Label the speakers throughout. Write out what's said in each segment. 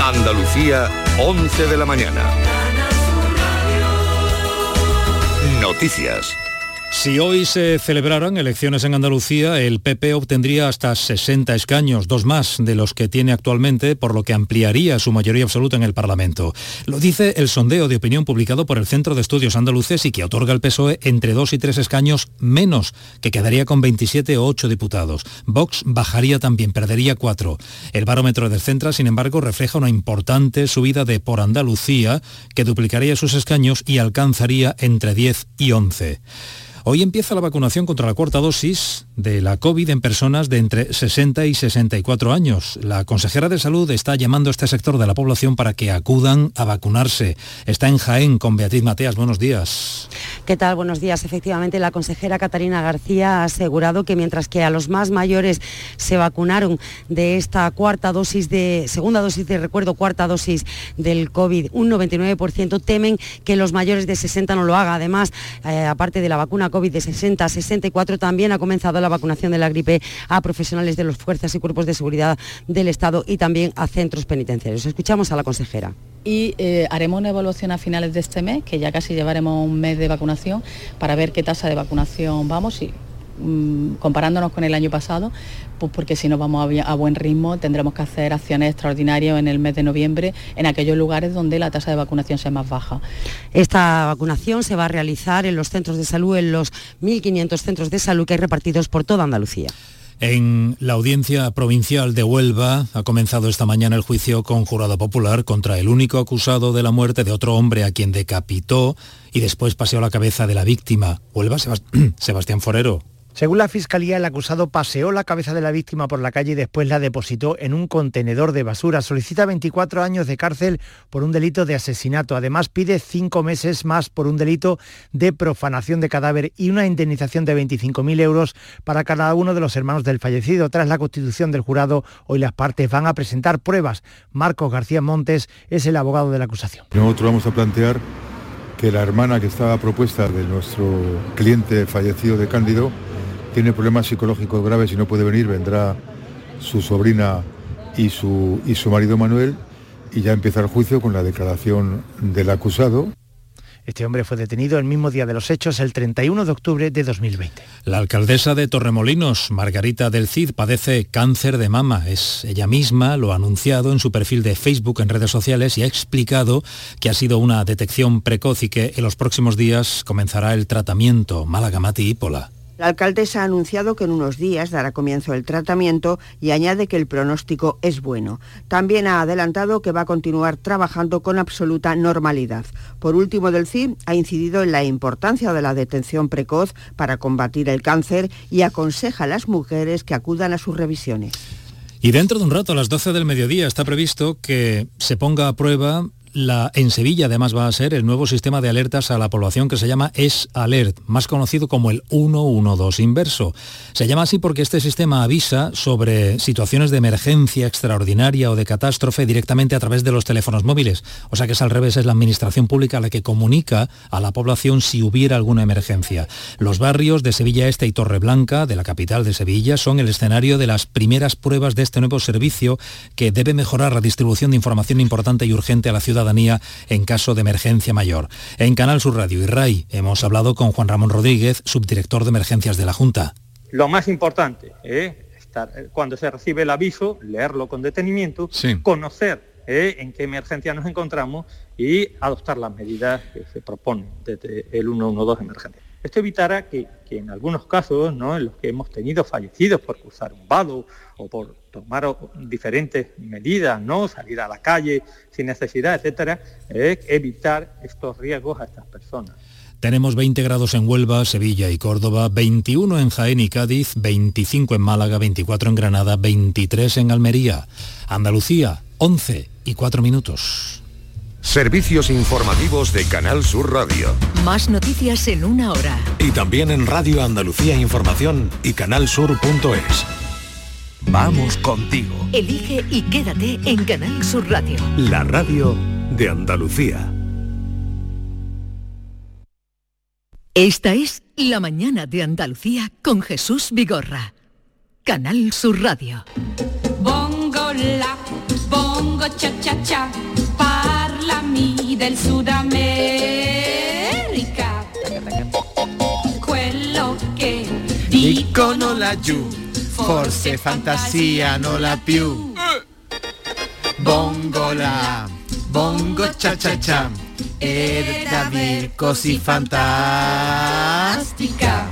Speaker 1: Andalucía, 11 de la mañana. Noticias.
Speaker 2: Si hoy se celebraran elecciones en Andalucía, el PP obtendría hasta 60 escaños, 2 más de los que tiene actualmente, por lo que ampliaría su mayoría absoluta en el Parlamento. Lo dice el sondeo de opinión publicado por el Centro de Estudios Andaluces y que otorga al PSOE entre 2 y 3 escaños menos, que quedaría con 27 o 8 diputados. Vox bajaría también, perdería 4. El barómetro del Centra, sin embargo, refleja una importante subida de Por Andalucía, que duplicaría sus escaños y alcanzaría entre 10 y 11. Hoy empieza la vacunación contra la cuarta dosis de la COVID en personas de entre 60 y 64 años. La consejera de Salud está llamando a este sector de la población para que acudan a vacunarse. Está en Jaén con Beatriz Mateas. Buenos días.
Speaker 3: ¿Qué tal? Buenos días. Efectivamente, la consejera Catarina García ha asegurado que mientras que a los más mayores se vacunaron de esta cuarta dosis cuarta dosis del COVID, un 99%, temen que los mayores de 60 no lo haga. Además, aparte de la vacuna COVID de 60 a 64, también ha comenzado la vacunación de la gripe a profesionales de las fuerzas y cuerpos de seguridad del Estado y también a centros penitenciarios. Escuchamos a la consejera.
Speaker 4: Y haremos una evaluación a finales de este mes, que ya casi llevaremos un mes de vacunación, para ver qué tasa de vacunación vamos y comparándonos con el año pasado, pues porque si no vamos a buen ritmo tendremos que hacer acciones extraordinarias en el mes de noviembre en aquellos lugares donde la tasa de vacunación sea más baja.
Speaker 3: Esta vacunación se va a realizar en los centros de salud, en los 1.500 centros de salud que hay repartidos por toda Andalucía.
Speaker 2: En la Audiencia Provincial de Huelva ha comenzado esta mañana el juicio con jurado popular contra el único acusado de la muerte de otro hombre a quien decapitó y después paseó la cabeza de la víctima. Huelva, Sebastián Forero.
Speaker 5: Según la Fiscalía, el acusado paseó la cabeza de la víctima por la calle y después la depositó en un contenedor de basura. Solicita 24 años de cárcel por un delito de asesinato. Además, pide 5 meses más por un delito de profanación de cadáver y una indemnización de 25.000 euros para cada uno de los hermanos del fallecido. Tras la constitución del jurado, hoy las partes van a presentar pruebas. Marcos García Montes es el abogado de la acusación.
Speaker 6: Nosotros vamos a plantear que la hermana que estaba propuesta de nuestro cliente fallecido de Cándido tiene problemas psicológicos graves y no puede venir. Vendrá su sobrina y su marido Manuel y ya empieza el juicio con la declaración del acusado.
Speaker 5: Este hombre fue detenido el mismo día de los hechos, el 31 de octubre de 2020.
Speaker 2: La alcaldesa de Torremolinos, Margarita del Cid, padece cáncer de mama. Ella misma lo ha anunciado en su perfil de Facebook en redes sociales y ha explicado que ha sido una detección precoz y que en los próximos días comenzará el tratamiento. Málaga, Mati Pola.
Speaker 7: La alcaldesa ha anunciado que en unos días dará comienzo el tratamiento y añade que el pronóstico es bueno. También ha adelantado que va a continuar trabajando con absoluta normalidad. Por último, del CID ha incidido en la importancia de la detención precoz para combatir el cáncer y aconseja a las mujeres que acudan a sus revisiones.
Speaker 2: Y dentro de un rato, a las 12 del mediodía, está previsto que se ponga a prueba en Sevilla además va a ser el nuevo sistema de alertas a la población que se llama Es-Alert, más conocido como el 112 inverso. Se llama así porque este sistema avisa sobre situaciones de emergencia extraordinaria o de catástrofe directamente a través de los teléfonos móviles. O sea que es al revés, es la administración pública la que comunica a la población si hubiera alguna emergencia. Los barrios de Sevilla Este y Torreblanca, de la capital de Sevilla, son el escenario de las primeras pruebas de este nuevo servicio que debe mejorar la distribución de información importante y urgente a la ciudadanía en caso de emergencia mayor. En Canal Sur Radio y RAI hemos hablado con Juan Ramón Rodríguez, subdirector de emergencias de la Junta.
Speaker 8: Lo más importante es cuando se recibe el aviso, leerlo con detenimiento, conocer en qué emergencia nos encontramos y adoptar las medidas que se proponen desde el 112 emergencia. Esto evitará que en algunos casos, ¿no?, en los que hemos tenido fallecidos por cruzar un vado o por tomar diferentes medidas, ¿no?, salir a la calle sin necesidad, etcétera, evitar estos riesgos a estas personas.
Speaker 2: Tenemos 20 grados en Huelva, Sevilla y Córdoba, 21 en Jaén y Cádiz, 25 en Málaga, 24 en Granada, 23 en Almería. Andalucía, 11:04.
Speaker 1: Servicios informativos de Canal Sur Radio.
Speaker 9: Más noticias en una hora.
Speaker 10: Y también en Radio Andalucía Información y canalsur.es. Vamos contigo.
Speaker 9: Elige y quédate en Canal Sur Radio.
Speaker 10: La radio de Andalucía.
Speaker 9: Esta es La Mañana de Andalucía con Jesús Vigorra. Canal Sur Radio.
Speaker 11: Bongo la, bongo cha cha cha. del Sudamerica, quello che
Speaker 12: dicono laggiù, forse fantasia non la più. Bongola, bongo cha cha cha, è davvero così fantastica.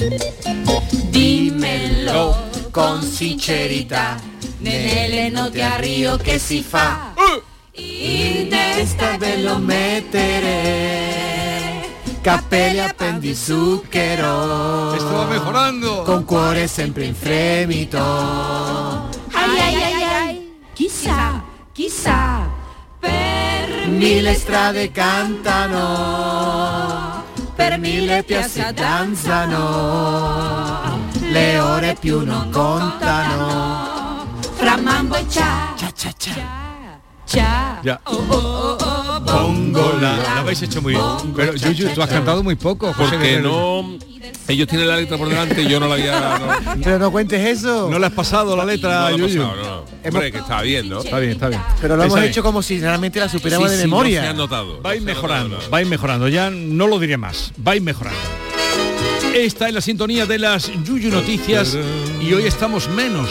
Speaker 12: Dimmelo con sincerità, nelle note a Rio che si fa. In testa ve lo mettere, capelli appendi zucchero.
Speaker 13: Sto mejorando.
Speaker 12: Con cuore sempre in fremito.
Speaker 11: Ai ai ai ai, chissà, chissà, per
Speaker 12: mille strade cantano, per mille piazze danzano, le ore più non contano,
Speaker 11: fra mambo e cha,
Speaker 12: cha cha cha.
Speaker 13: Ya. Bongola. Lo habéis hecho muy bien. Pero Yuyu, tú has cantado muy poco.
Speaker 14: Porque no... Ellos tienen la letra por delante y yo no la había... No.
Speaker 5: Pero no cuentes eso.
Speaker 13: No le has pasado la letra,
Speaker 14: no
Speaker 13: Yuyu.
Speaker 14: No. Hombre, que está bien, ¿no?
Speaker 13: Está bien, está bien.
Speaker 5: Pero lo hemos hecho como si realmente la supiéramos de memoria.
Speaker 14: No se ha notado.
Speaker 13: Vais mejorando, vais mejorando. Ya no lo diré más. Vais mejorando. Esta es la sintonía de las Yuyu Noticias y hoy estamos menos.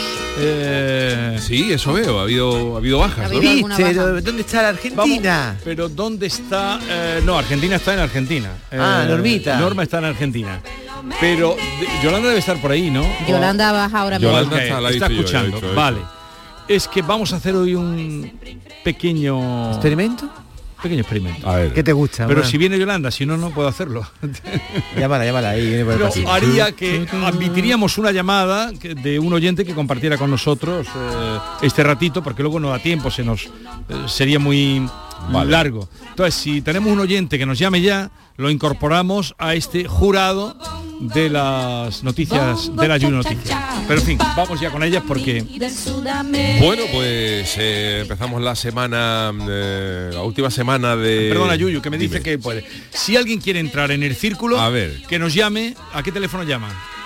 Speaker 14: Sí, eso veo, ha habido bajas. ¿No?
Speaker 5: ¿Dónde está la Argentina?
Speaker 13: Vamos, pero ¿dónde está? No, Argentina está en Argentina.
Speaker 5: Normita.
Speaker 13: Norma está en Argentina. Pero Yolanda debe estar por ahí, ¿no?
Speaker 15: Yolanda baja ahora mismo.
Speaker 13: Yolanda está escuchando. Vale. Es que vamos a hacer hoy un pequeño...
Speaker 5: ¿Experimento?
Speaker 13: Pequeño experimento.
Speaker 5: A ver. ¿Qué te gusta?
Speaker 13: Pero si viene Yolanda, si no, no puedo hacerlo.
Speaker 5: Llámala ahí. Viene por el pasillo.
Speaker 13: Haría que admitiríamos una llamada de un oyente que compartiera con nosotros este ratito, porque luego no da tiempo, sería muy largo. Entonces, si tenemos un oyente que nos llame ya, lo incorporamos a este jurado de las noticias, de la Yuyu Noticias. Pero en fin, vamos ya con ellas porque...
Speaker 14: Bueno, pues empezamos la semana, la última semana de...
Speaker 13: Perdona, Yuyu, que me dice que puede. Si alguien quiere entrar en el círculo,
Speaker 14: a ver,
Speaker 13: que nos llame. ¿A qué teléfono llama?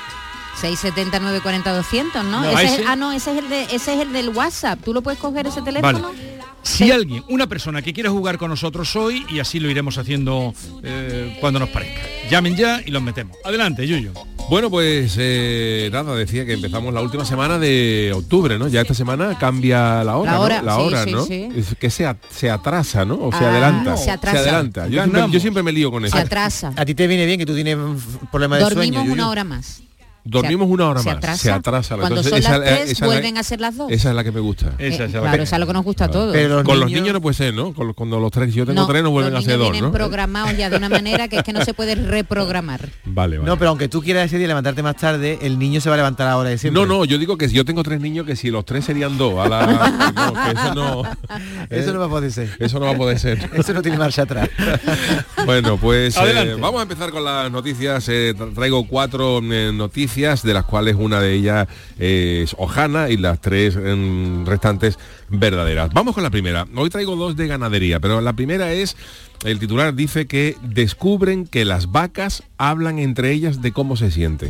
Speaker 15: 670 940 200, ¿no? Ese es el del WhatsApp. ¿Tú lo puedes coger ese teléfono?
Speaker 13: Vale. Si alguien, una persona que quiera jugar con nosotros hoy, y así lo iremos haciendo cuando nos parezca. Llamen ya y los metemos. Adelante, Yuyu.
Speaker 14: Bueno, pues nada, decía que empezamos la última semana de octubre, ¿no? Ya esta semana cambia la hora, ¿no? La hora, ¿no? Sí. Es que se atrasa, ¿no? O se adelanta.
Speaker 15: No. Se adelanta.
Speaker 14: Yo siempre me lío con eso.
Speaker 15: Se atrasa.
Speaker 5: A ti te viene bien que tú tienes problemas de sueño.
Speaker 15: Dormimos una hora más.
Speaker 14: Dormimos una hora más. Se atrasa.
Speaker 15: Cuando
Speaker 14: entonces,
Speaker 15: son las 3 vuelven a ser las 2.
Speaker 14: Esa es la que me gusta.
Speaker 15: Claro, esa es lo que nos gusta a todos.
Speaker 5: Pero
Speaker 14: con los niños no puede ser, ¿no? Cuando los 3, yo tengo 3, no vuelven a ser 2, ¿no?
Speaker 15: Vienen programados ya de una manera que es que no se puede reprogramar.
Speaker 14: Vale.
Speaker 5: No, pero aunque tú quieras ese día levantarte más tarde, el niño se va a levantar a la hora de siempre.
Speaker 14: No, yo digo que si yo tengo 3 niños, que si los 3 serían 2. Que eso no...
Speaker 5: Eso no va a poder ser.
Speaker 14: Eso no va a poder ser.
Speaker 5: Eso no tiene marcha atrás.
Speaker 14: Bueno, pues vamos a empezar con las noticias. Traigo 4 noticias, de las cuales una de ellas es hojana y las 3 restantes verdaderas. Vamos con la primera. Hoy traigo 2 de ganadería, pero la primera es, el titular dice que descubren que las vacas hablan entre ellas de cómo se sienten.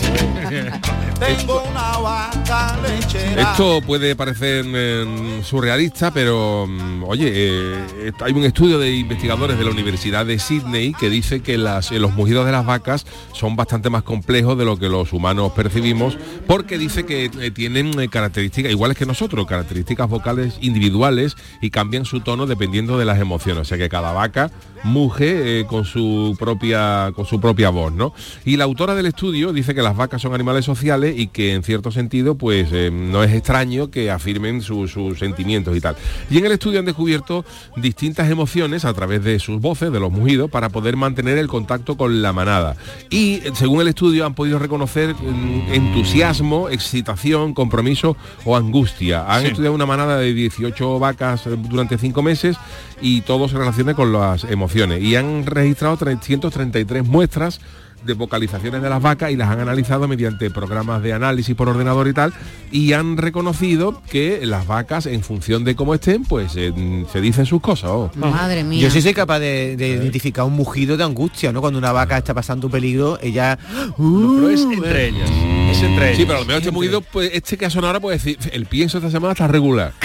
Speaker 14: Esto puede parecer surrealista, pero oye, hay un estudio de investigadores de la Universidad de Sydney que dice que los mugidos de las vacas son bastante más complejos de lo que los humanos percibimos, porque dice que tienen características iguales que nosotros, características vocales individuales, y cambian su tono dependiendo de las emociones. O sea que cada vaca muge con su propia voz, ¿no? Y la autora del estudio dice que las vacas son animales sociales y que en cierto sentido pues no es extraño que afirmen sus sentimientos y tal. Y en el estudio han descubierto distintas emociones a través de sus voces, de los mugidos, para poder mantener el contacto con la manada. Y según el estudio han podido reconocer entusiasmo, excitación, compromiso o angustia. Han estudiado una manada de 18 vacas durante 5 meses y todo se relaciona con las emociones. Y han registrado 333 muestras de vocalizaciones de las vacas y las han analizado mediante programas de análisis por ordenador y tal, y han reconocido que las vacas, en función de cómo estén, pues se dicen sus cosas.
Speaker 15: Madre mía.
Speaker 5: Yo sí soy capaz de identificar un mugido de angustia, ¿no? Cuando una vaca está pasando un peligro, ella...
Speaker 13: pero es entre ellas. Es entre ellas.
Speaker 14: Sí, pero a lo mejor este mugido, pues este que ha sonado ahora puede decir, el pienso esta semana está regular.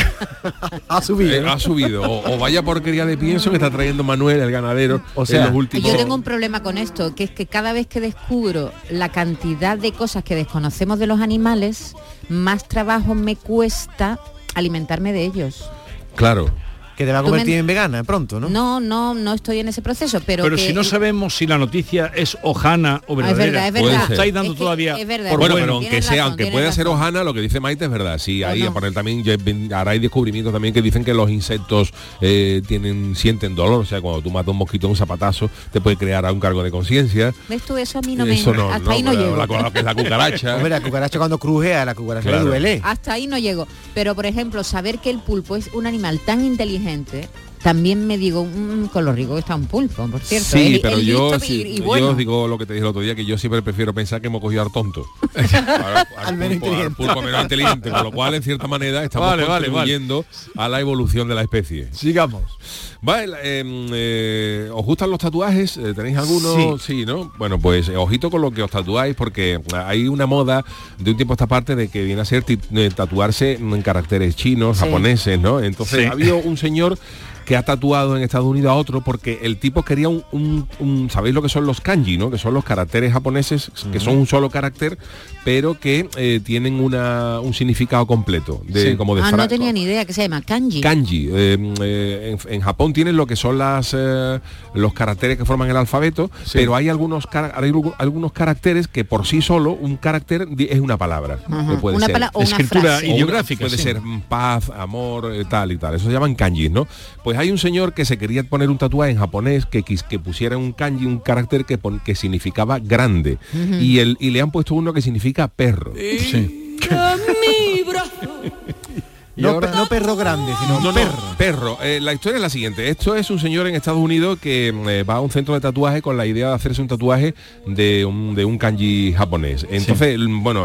Speaker 16: Ha subido.
Speaker 14: Ha subido. O vaya porquería de pienso que está trayendo Manuel, el ganadero,
Speaker 16: o sea,
Speaker 14: en los últimos...
Speaker 15: Yo tengo un problema con esto, que es que cada vez que descubro la cantidad de cosas que desconocemos de los animales, más trabajo me cuesta alimentarme de ellos.
Speaker 14: Claro.
Speaker 16: Que te va a convertir en vegana pronto, ¿no?
Speaker 15: No estoy en ese proceso, pero
Speaker 13: que... si no sabemos si la noticia es hojana o verdadera,
Speaker 15: es verdad.
Speaker 13: Estáis dando todavía...
Speaker 14: Bueno, pero aunque pueda ser hojana, lo que dice Maite es verdad. Sí, ahí a poner también, ahora hay descubrimientos también que dicen que los insectos sienten dolor. O sea, cuando tú matas un mosquito, un zapatazo, te puede crear un cargo de conciencia.
Speaker 15: ¿Ves tú? Eso a mí no me... Hasta ahí no llego.
Speaker 14: Lo que es la cucaracha.
Speaker 16: Hombre, la cucaracha cuando cruje a la cucaracha le duele.
Speaker 15: Hasta ahí no llego. Pero, por ejemplo, saber que el pulpo es un animal tan inteligente, también me digo, con lo rico que está un pulpo, por cierto.
Speaker 14: Sí, pero yo os digo lo que te dije el otro día, que yo siempre prefiero pensar que hemos cogido al tonto. al pulpo menos inteligente, con lo cual, en cierta manera, estamos contribuyendo a la evolución de la especie.
Speaker 16: Sigamos.
Speaker 14: Vale, ¿os gustan los tatuajes? ¿Tenéis alguno? Sí, ¿no? Bueno, pues ojito con lo que os tatuáis, porque hay una moda de un tiempo a esta parte de que viene a ser tatuarse en caracteres chinos, japoneses, ¿no? Entonces ha habido un señor que ha tatuado en Estados Unidos a otro porque el tipo quería un ¿sabéis lo que son los kanji, no? Que son los caracteres japoneses, que son un solo carácter, pero que tienen un significado completo. Como de
Speaker 15: no tenía ni idea, que se llama kanji.
Speaker 14: Kanji. En Japón tienen lo que son los caracteres que forman el alfabeto, pero hay algunos caracteres que por sí solo, un carácter es una palabra. Que puede ser
Speaker 13: escritura ideográfica.
Speaker 14: Puede ser paz, amor, tal y tal. Eso se llaman kanjis, ¿no? Pues hay un señor que se quería poner un tatuaje en japonés que pusiera un kanji, un carácter que significaba grande. Y le han puesto uno que significa perro. Sí.
Speaker 16: No perro grande, sino
Speaker 14: perro. La historia es la siguiente. Esto es un señor en Estados Unidos que va a un centro de tatuaje con la idea de hacerse un tatuaje de un kanji japonés. Entonces,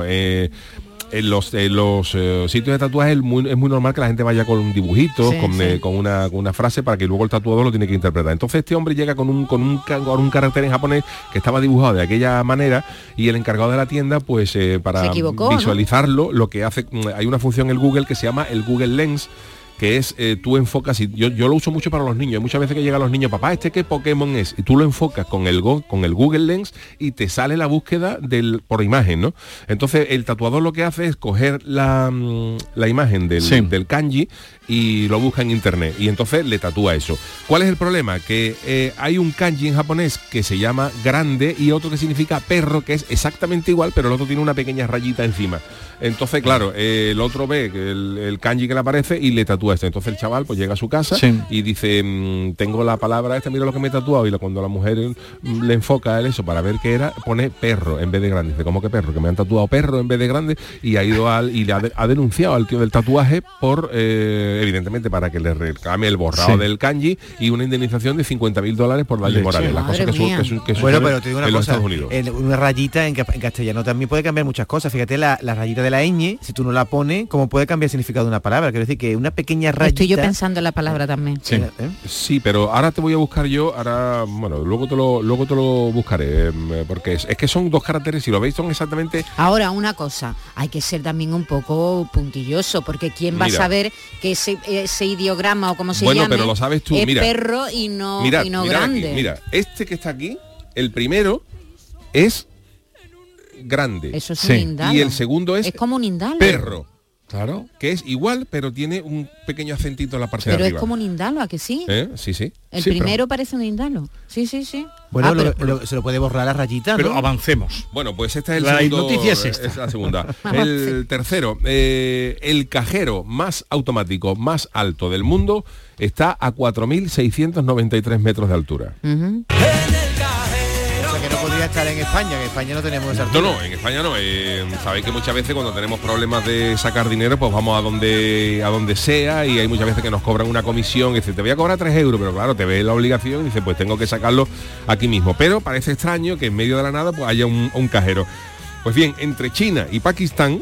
Speaker 14: en los sitios de tatuaje es muy normal que la gente vaya con un dibujito, con una frase para que luego el tatuador lo tiene que interpretar. Entonces este hombre llega con un carácter en japonés que estaba dibujado de aquella manera, y el encargado de la tienda, pues para visualizarlo, lo que hace, hay una función en el Google que se llama el Google Lens, que es tú enfocas, y yo lo uso mucho para los niños. Hay muchas veces que llegan los niños, papá, ¿qué Pokémon es? Y tú lo enfocas con el Google Lens y te sale la búsqueda por imagen, ¿no? Entonces el tatuador lo que hace es coger la imagen del kanji y lo busca en internet, y entonces le tatúa eso. ¿Cuál es el problema? Que hay un kanji en japonés que se llama grande y otro que significa perro, que es exactamente igual, pero el otro tiene una pequeña rayita encima. Entonces, claro, el otro ve que el kanji que le aparece y le tatúa esto. Entonces el chaval pues llega a su casa y dice, tengo la palabra esta, mira lo que me he tatuado, y cuando la mujer le enfoca a él eso para ver qué era, pone perro en vez de grande. Dice, ¿cómo que perro? Que me han tatuado perro en vez de grande, y ha ido ha denunciado al tío del tatuaje por evidentemente para que le reclame el borrado del kanji y una indemnización de $50.000 por daño moral. Las cosas que
Speaker 16: bueno, pero te digo una cosa,
Speaker 14: Estados Unidos.
Speaker 16: Una rayita en castellano también puede cambiar muchas cosas. Fíjate, la rayita de la ñ, si tú no la pones, ¿cómo puede cambiar el significado de una palabra? Quiero decir que una pequeña rayita...
Speaker 15: Estoy yo pensando en la palabra también.
Speaker 14: Sí, pero ahora te voy a buscar yo, luego te lo buscaré, porque es que son dos caracteres, si lo veis son exactamente...
Speaker 15: Ahora, una cosa, hay que ser también un poco puntilloso, porque ¿quién va a saber que ese ideograma o como se llame,
Speaker 14: pero lo sabes tú,
Speaker 15: es perro y no grande?
Speaker 14: Aquí, mira, este que está aquí, el primero es grande.
Speaker 15: Eso es un indalo.
Speaker 14: Y el segundo es
Speaker 15: como un indalo.
Speaker 14: Perro. Claro, que es igual, pero tiene un pequeño acentito en la parte de arriba.
Speaker 15: Pero es como un indalo, ¿a que sí?
Speaker 14: Sí.
Speaker 15: El primero parece un indalo. Sí.
Speaker 16: Bueno, se lo puede borrar la rayita, ¿no?
Speaker 13: Pero avancemos.
Speaker 14: Bueno, pues esta es la
Speaker 13: noticia es esta.
Speaker 14: Es la segunda. El tercero, el cajero más automático más alto del mundo está a 4.693 metros de altura.
Speaker 16: Podría estar en España, que en España no tenemos esa altura.
Speaker 14: No, en España no. Sabéis que muchas veces cuando tenemos problemas de sacar dinero, pues vamos a donde sea, y hay muchas veces que nos cobran una comisión y dice, te voy a cobrar 3 euros, pero claro, te ves la obligación y dice, pues tengo que sacarlo aquí mismo. Pero parece extraño que en medio de la nada pues haya un cajero. Pues bien, entre China y Pakistán,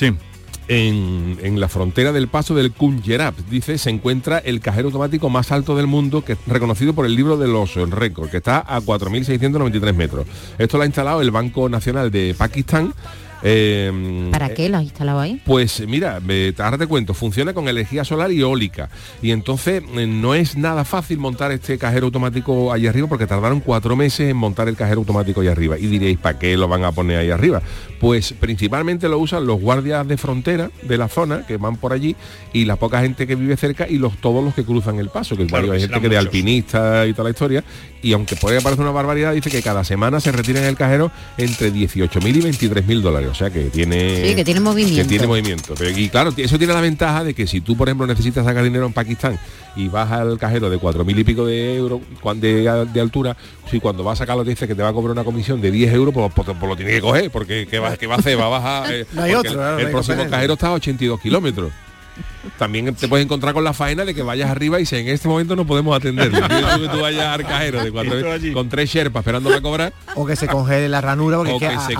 Speaker 14: en la frontera del paso del Kunjerab, dice, se encuentra el cajero automático más alto del mundo, que es reconocido por el libro de los récords, que está a 4.693 metros. Esto lo ha instalado el Banco Nacional de Pakistán,
Speaker 15: ¿Para qué lo has instalado ahí?
Speaker 14: Pues mira, ahora te cuento, funciona con energía solar y eólica. Y entonces no es nada fácil montar este cajero automático ahí arriba porque tardaron 4 meses en montar el cajero automático ahí arriba. Y diréis, ¿para qué lo van a poner ahí arriba? Pues principalmente lo usan los guardias de frontera de la zona que van por allí y la poca gente que vive cerca y todos los que cruzan el paso, que claro, hay gente que de alpinista y toda la historia. Y aunque puede parecer una barbaridad, dice que cada semana se retira en el cajero entre 18.000 y 23.000 dólares. O sea que tiene...
Speaker 15: Sí, que tiene movimiento.
Speaker 14: Que tiene movimiento. Pero, y claro, eso tiene la ventaja de que si tú, por ejemplo, necesitas sacar dinero en Pakistán y vas al cajero de 4.000 y pico de euros de altura, si cuando vas a sacarlo te dice que te va a cobrar una comisión de 10 euros, pues lo tienes que coger, porque ¿qué va a hacer? Va a bajar...
Speaker 16: no hay otro, claro,
Speaker 14: el próximo cajero está a 82 kilómetros. También te puedes encontrar con la faena de que vayas arriba y si en este momento no podemos atenderlo. Que tú vayas al cajero de 4 con 3 sherpas esperando a cobrar.
Speaker 16: O que se congele la ranura porque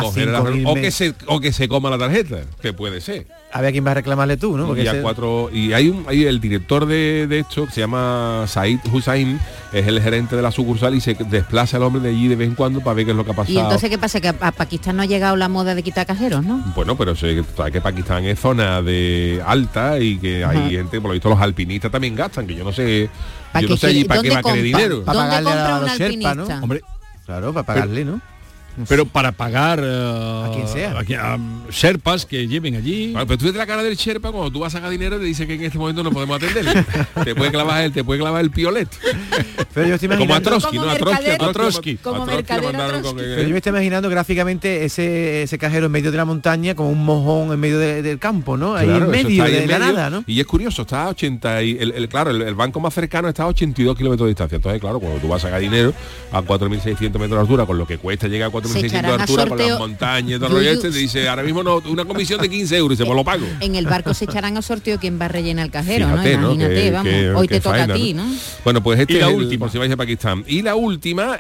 Speaker 14: o que se coma la tarjeta, que puede ser.
Speaker 16: A ver a quién va a reclamarle tú, ¿no? Porque
Speaker 14: y hay el director de esto, que se llama Said Hussain, es el gerente de la sucursal y se desplaza el hombre de allí de vez en cuando para ver qué es lo que ha pasado.
Speaker 15: ¿Y entonces qué pasa? Que a Pakistán no ha llegado la moda de quitar cajeros, ¿no?
Speaker 14: Bueno, pero sé que Pakistán es zona de alta y que hay gente, por lo visto los alpinistas también gastan, que yo no sé allí para qué va a querer dinero.
Speaker 15: Para pagarle a los sherpas,
Speaker 16: ¿no? Hombre, claro, para pagarle, ¿no?
Speaker 13: Pero para pagar
Speaker 16: a quien sea,
Speaker 13: a sherpas que lleven allí.
Speaker 14: Vale, pero tú ves la cara del sherpa cuando tú vas a sacar dinero te dice que en este momento no podemos atender. te puede clavar el piolet.
Speaker 16: Pero yo estoy imaginando,
Speaker 14: como a Trotsky, ¿no? A Trotsky.
Speaker 16: Pero yo me estoy imaginando gráficamente ese cajero en medio de la montaña como un mojón en medio del campo, ¿no? Ahí claro, en medio de la nada, ¿no?
Speaker 14: Y es curioso, está a 80 y el banco más cercano está a 82 kilómetros de distancia. Entonces, claro, cuando tú vas a sacar dinero a 4.600 metros de altura, con lo que cuesta llegar a 4.600 de altura, con las montañas y todo el rollo te dice, ahora mismo no, una comisión de 15 euros y se pues lo pago.
Speaker 15: En el barco se echarán a sorteo quién va a rellenar el cajero, fíjate, ¿no? Imagínate, vamos, hoy te toca a ti, ¿no?
Speaker 14: Bueno, pues este es la última, por si vais a Pakistán. Y la última,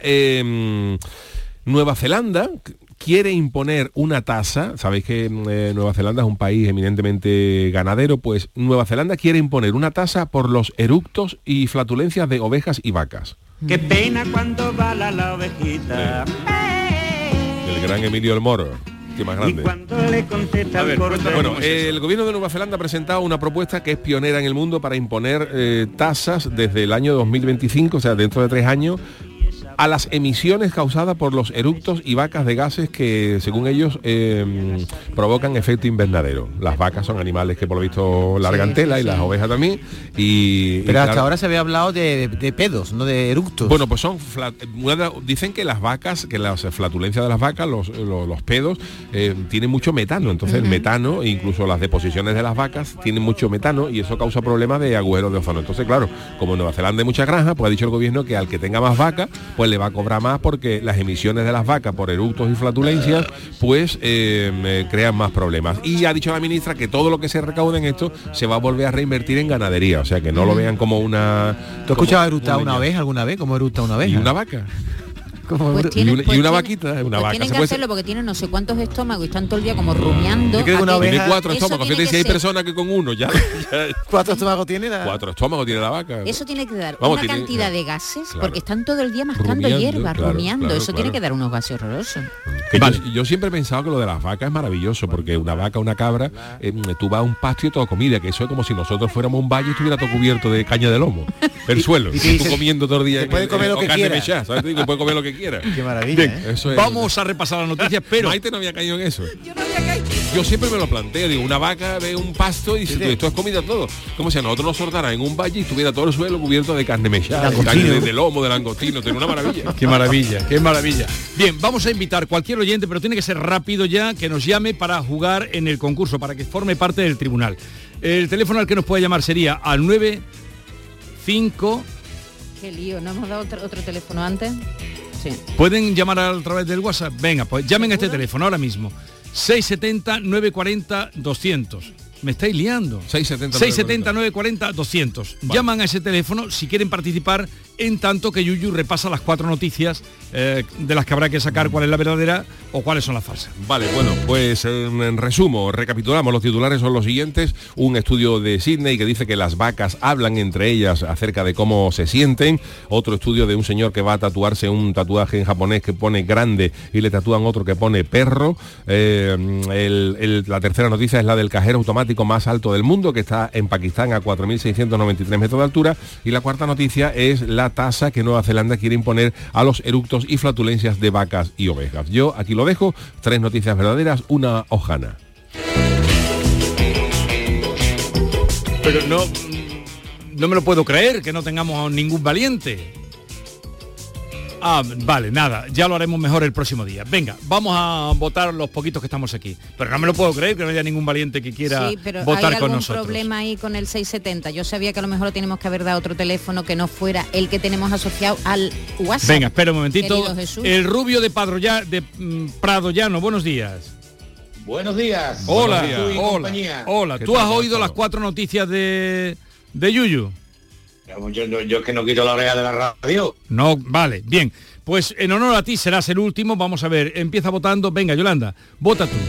Speaker 14: Nueva Zelanda quiere imponer una tasa. Sabéis que Nueva Zelanda es un país eminentemente ganadero, pues Nueva Zelanda quiere imponer una tasa por los eructos y flatulencias de ovejas y vacas.
Speaker 17: Qué pena cuando bala la ovejita.
Speaker 14: El gran Emilio El Moro, que más grande. Bueno, el gobierno de Nueva Zelanda ha presentado una propuesta que es pionera en el mundo para imponer tasas desde el año 2025, o sea, dentro de 3 años, a las emisiones causadas por los eructos y vacas de gases que, según ellos, provocan efecto invernadero. Las vacas son animales que por lo visto largan tela y las ovejas también.
Speaker 16: Pero hasta ahora se había hablado de pedos, no de eructos.
Speaker 14: Bueno, pues son dicen que las vacas, que las flatulencias de las vacas, los pedos, tienen mucho metano. Entonces el metano, incluso las deposiciones de las vacas, tienen mucho metano y eso causa problemas de agujeros de ozono. Entonces, claro, como en Nueva Zelanda hay mucha granja, pues ha dicho el gobierno que al que tenga más vacas, pues le va a cobrar más porque las emisiones de las vacas por eructos y flatulencias pues crean más problemas. Y ha dicho la ministra que todo lo que se recaude en esto se va a volver a reinvertir en ganadería, o sea que no lo vean como una...
Speaker 16: ¿Tú has escuchado eructar una oveja alguna vez? ¿Cómo eructa una oveja?
Speaker 14: ¿Y una vaca?
Speaker 15: Y
Speaker 14: una vaquita, una vaca.
Speaker 15: Tienen que hacerlo porque tienen no sé cuántos estómagos y están todo el día como rumiando.
Speaker 14: Tiene 4 estómagos, fíjate si hay personas que con uno ya.
Speaker 16: 4 estómagos tiene la...
Speaker 14: 4 estómagos tiene la vaca.
Speaker 15: Eso tiene que dar una cantidad de gases, porque están todo el día mascando hierba, rumiando. Eso tiene que dar unos gases horrorosos.
Speaker 14: Yo siempre he pensado que lo de las vacas es maravilloso, porque una vaca, una cabra, tú vas a un pasto y toda comida, que eso es como si nosotros fuéramos un valle y estuviera todo cubierto de caña de lomo. El suelo. Y tú comiendo todo el día.
Speaker 16: Puede comer lo que quiera.
Speaker 14: Puede comer lo que quiera.
Speaker 16: Qué maravilla.
Speaker 13: Bien, eso es. Vamos a repasar las noticias, pero
Speaker 14: Maite no había caído en eso. Yo siempre me lo planteo, digo, una vaca ve un pasto y dice, esto es comida todo. Como si a nosotros nos soltaran en un valle y estuviera todo el suelo cubierto de carne mechada, de lomo, de langostino, tiene una maravilla.
Speaker 13: Qué maravilla, qué maravilla. Bien, vamos a invitar a cualquier oyente, pero tiene que ser rápido ya, que nos llame para jugar en el concurso, para que forme parte del tribunal. El teléfono al que nos puede llamar sería al 95...
Speaker 15: Qué lío, ¿no hemos dado otro teléfono antes? Sí.
Speaker 13: ¿Pueden llamar a través del WhatsApp? Venga, pues llamen a este teléfono ahora mismo. 670-940-200. Me estáis liando. 670-940-200. Llaman a ese teléfono si quieren participar en tanto que Yuyu repasa las 4 noticias de las que habrá que sacar cuál es la verdadera o cuáles son las falsas.
Speaker 14: Vale, bueno, pues en resumo, recapitulamos, los titulares son los siguientes. Un estudio de Sydney que dice que las vacas hablan entre ellas acerca de cómo se sienten. Otro estudio de un señor que va a tatuarse un tatuaje en japonés que pone grande y le tatúan otro que pone perro. La tercera noticia es la del cajero automático más alto del mundo, que está en Pakistán a 4.693 metros de altura. Y la cuarta noticia es la tasa que Nueva Zelanda quiere imponer a los eructos y flatulencias de vacas y ovejas. Yo aquí lo dejo, 3 noticias verdaderas, una hojana.
Speaker 13: Pero no me lo puedo creer que no tengamos ningún valiente. Ah, vale, nada, ya lo haremos mejor el próximo día. Venga, vamos a votar los poquitos que estamos aquí. Pero no me lo puedo creer que no haya ningún valiente que quiera votar con nosotros. Sí, pero hay algún problema
Speaker 15: ahí con el 670. Yo sabía que a lo mejor teníamos que haber dado otro teléfono que no fuera el que tenemos asociado al WhatsApp.
Speaker 13: Venga, espera un momentito. El rubio de Prado Llano, buenos días.
Speaker 18: Buenos días.
Speaker 13: Hola,
Speaker 18: buenos días,
Speaker 13: hola. ¿Tú has oído las 4 noticias de Yuyu?
Speaker 18: Yo es que no quito la oreja de la radio.
Speaker 13: No, vale, bien. Pues en honor a ti serás el último. Vamos a ver, empieza votando. Venga, Yolanda, vota tú.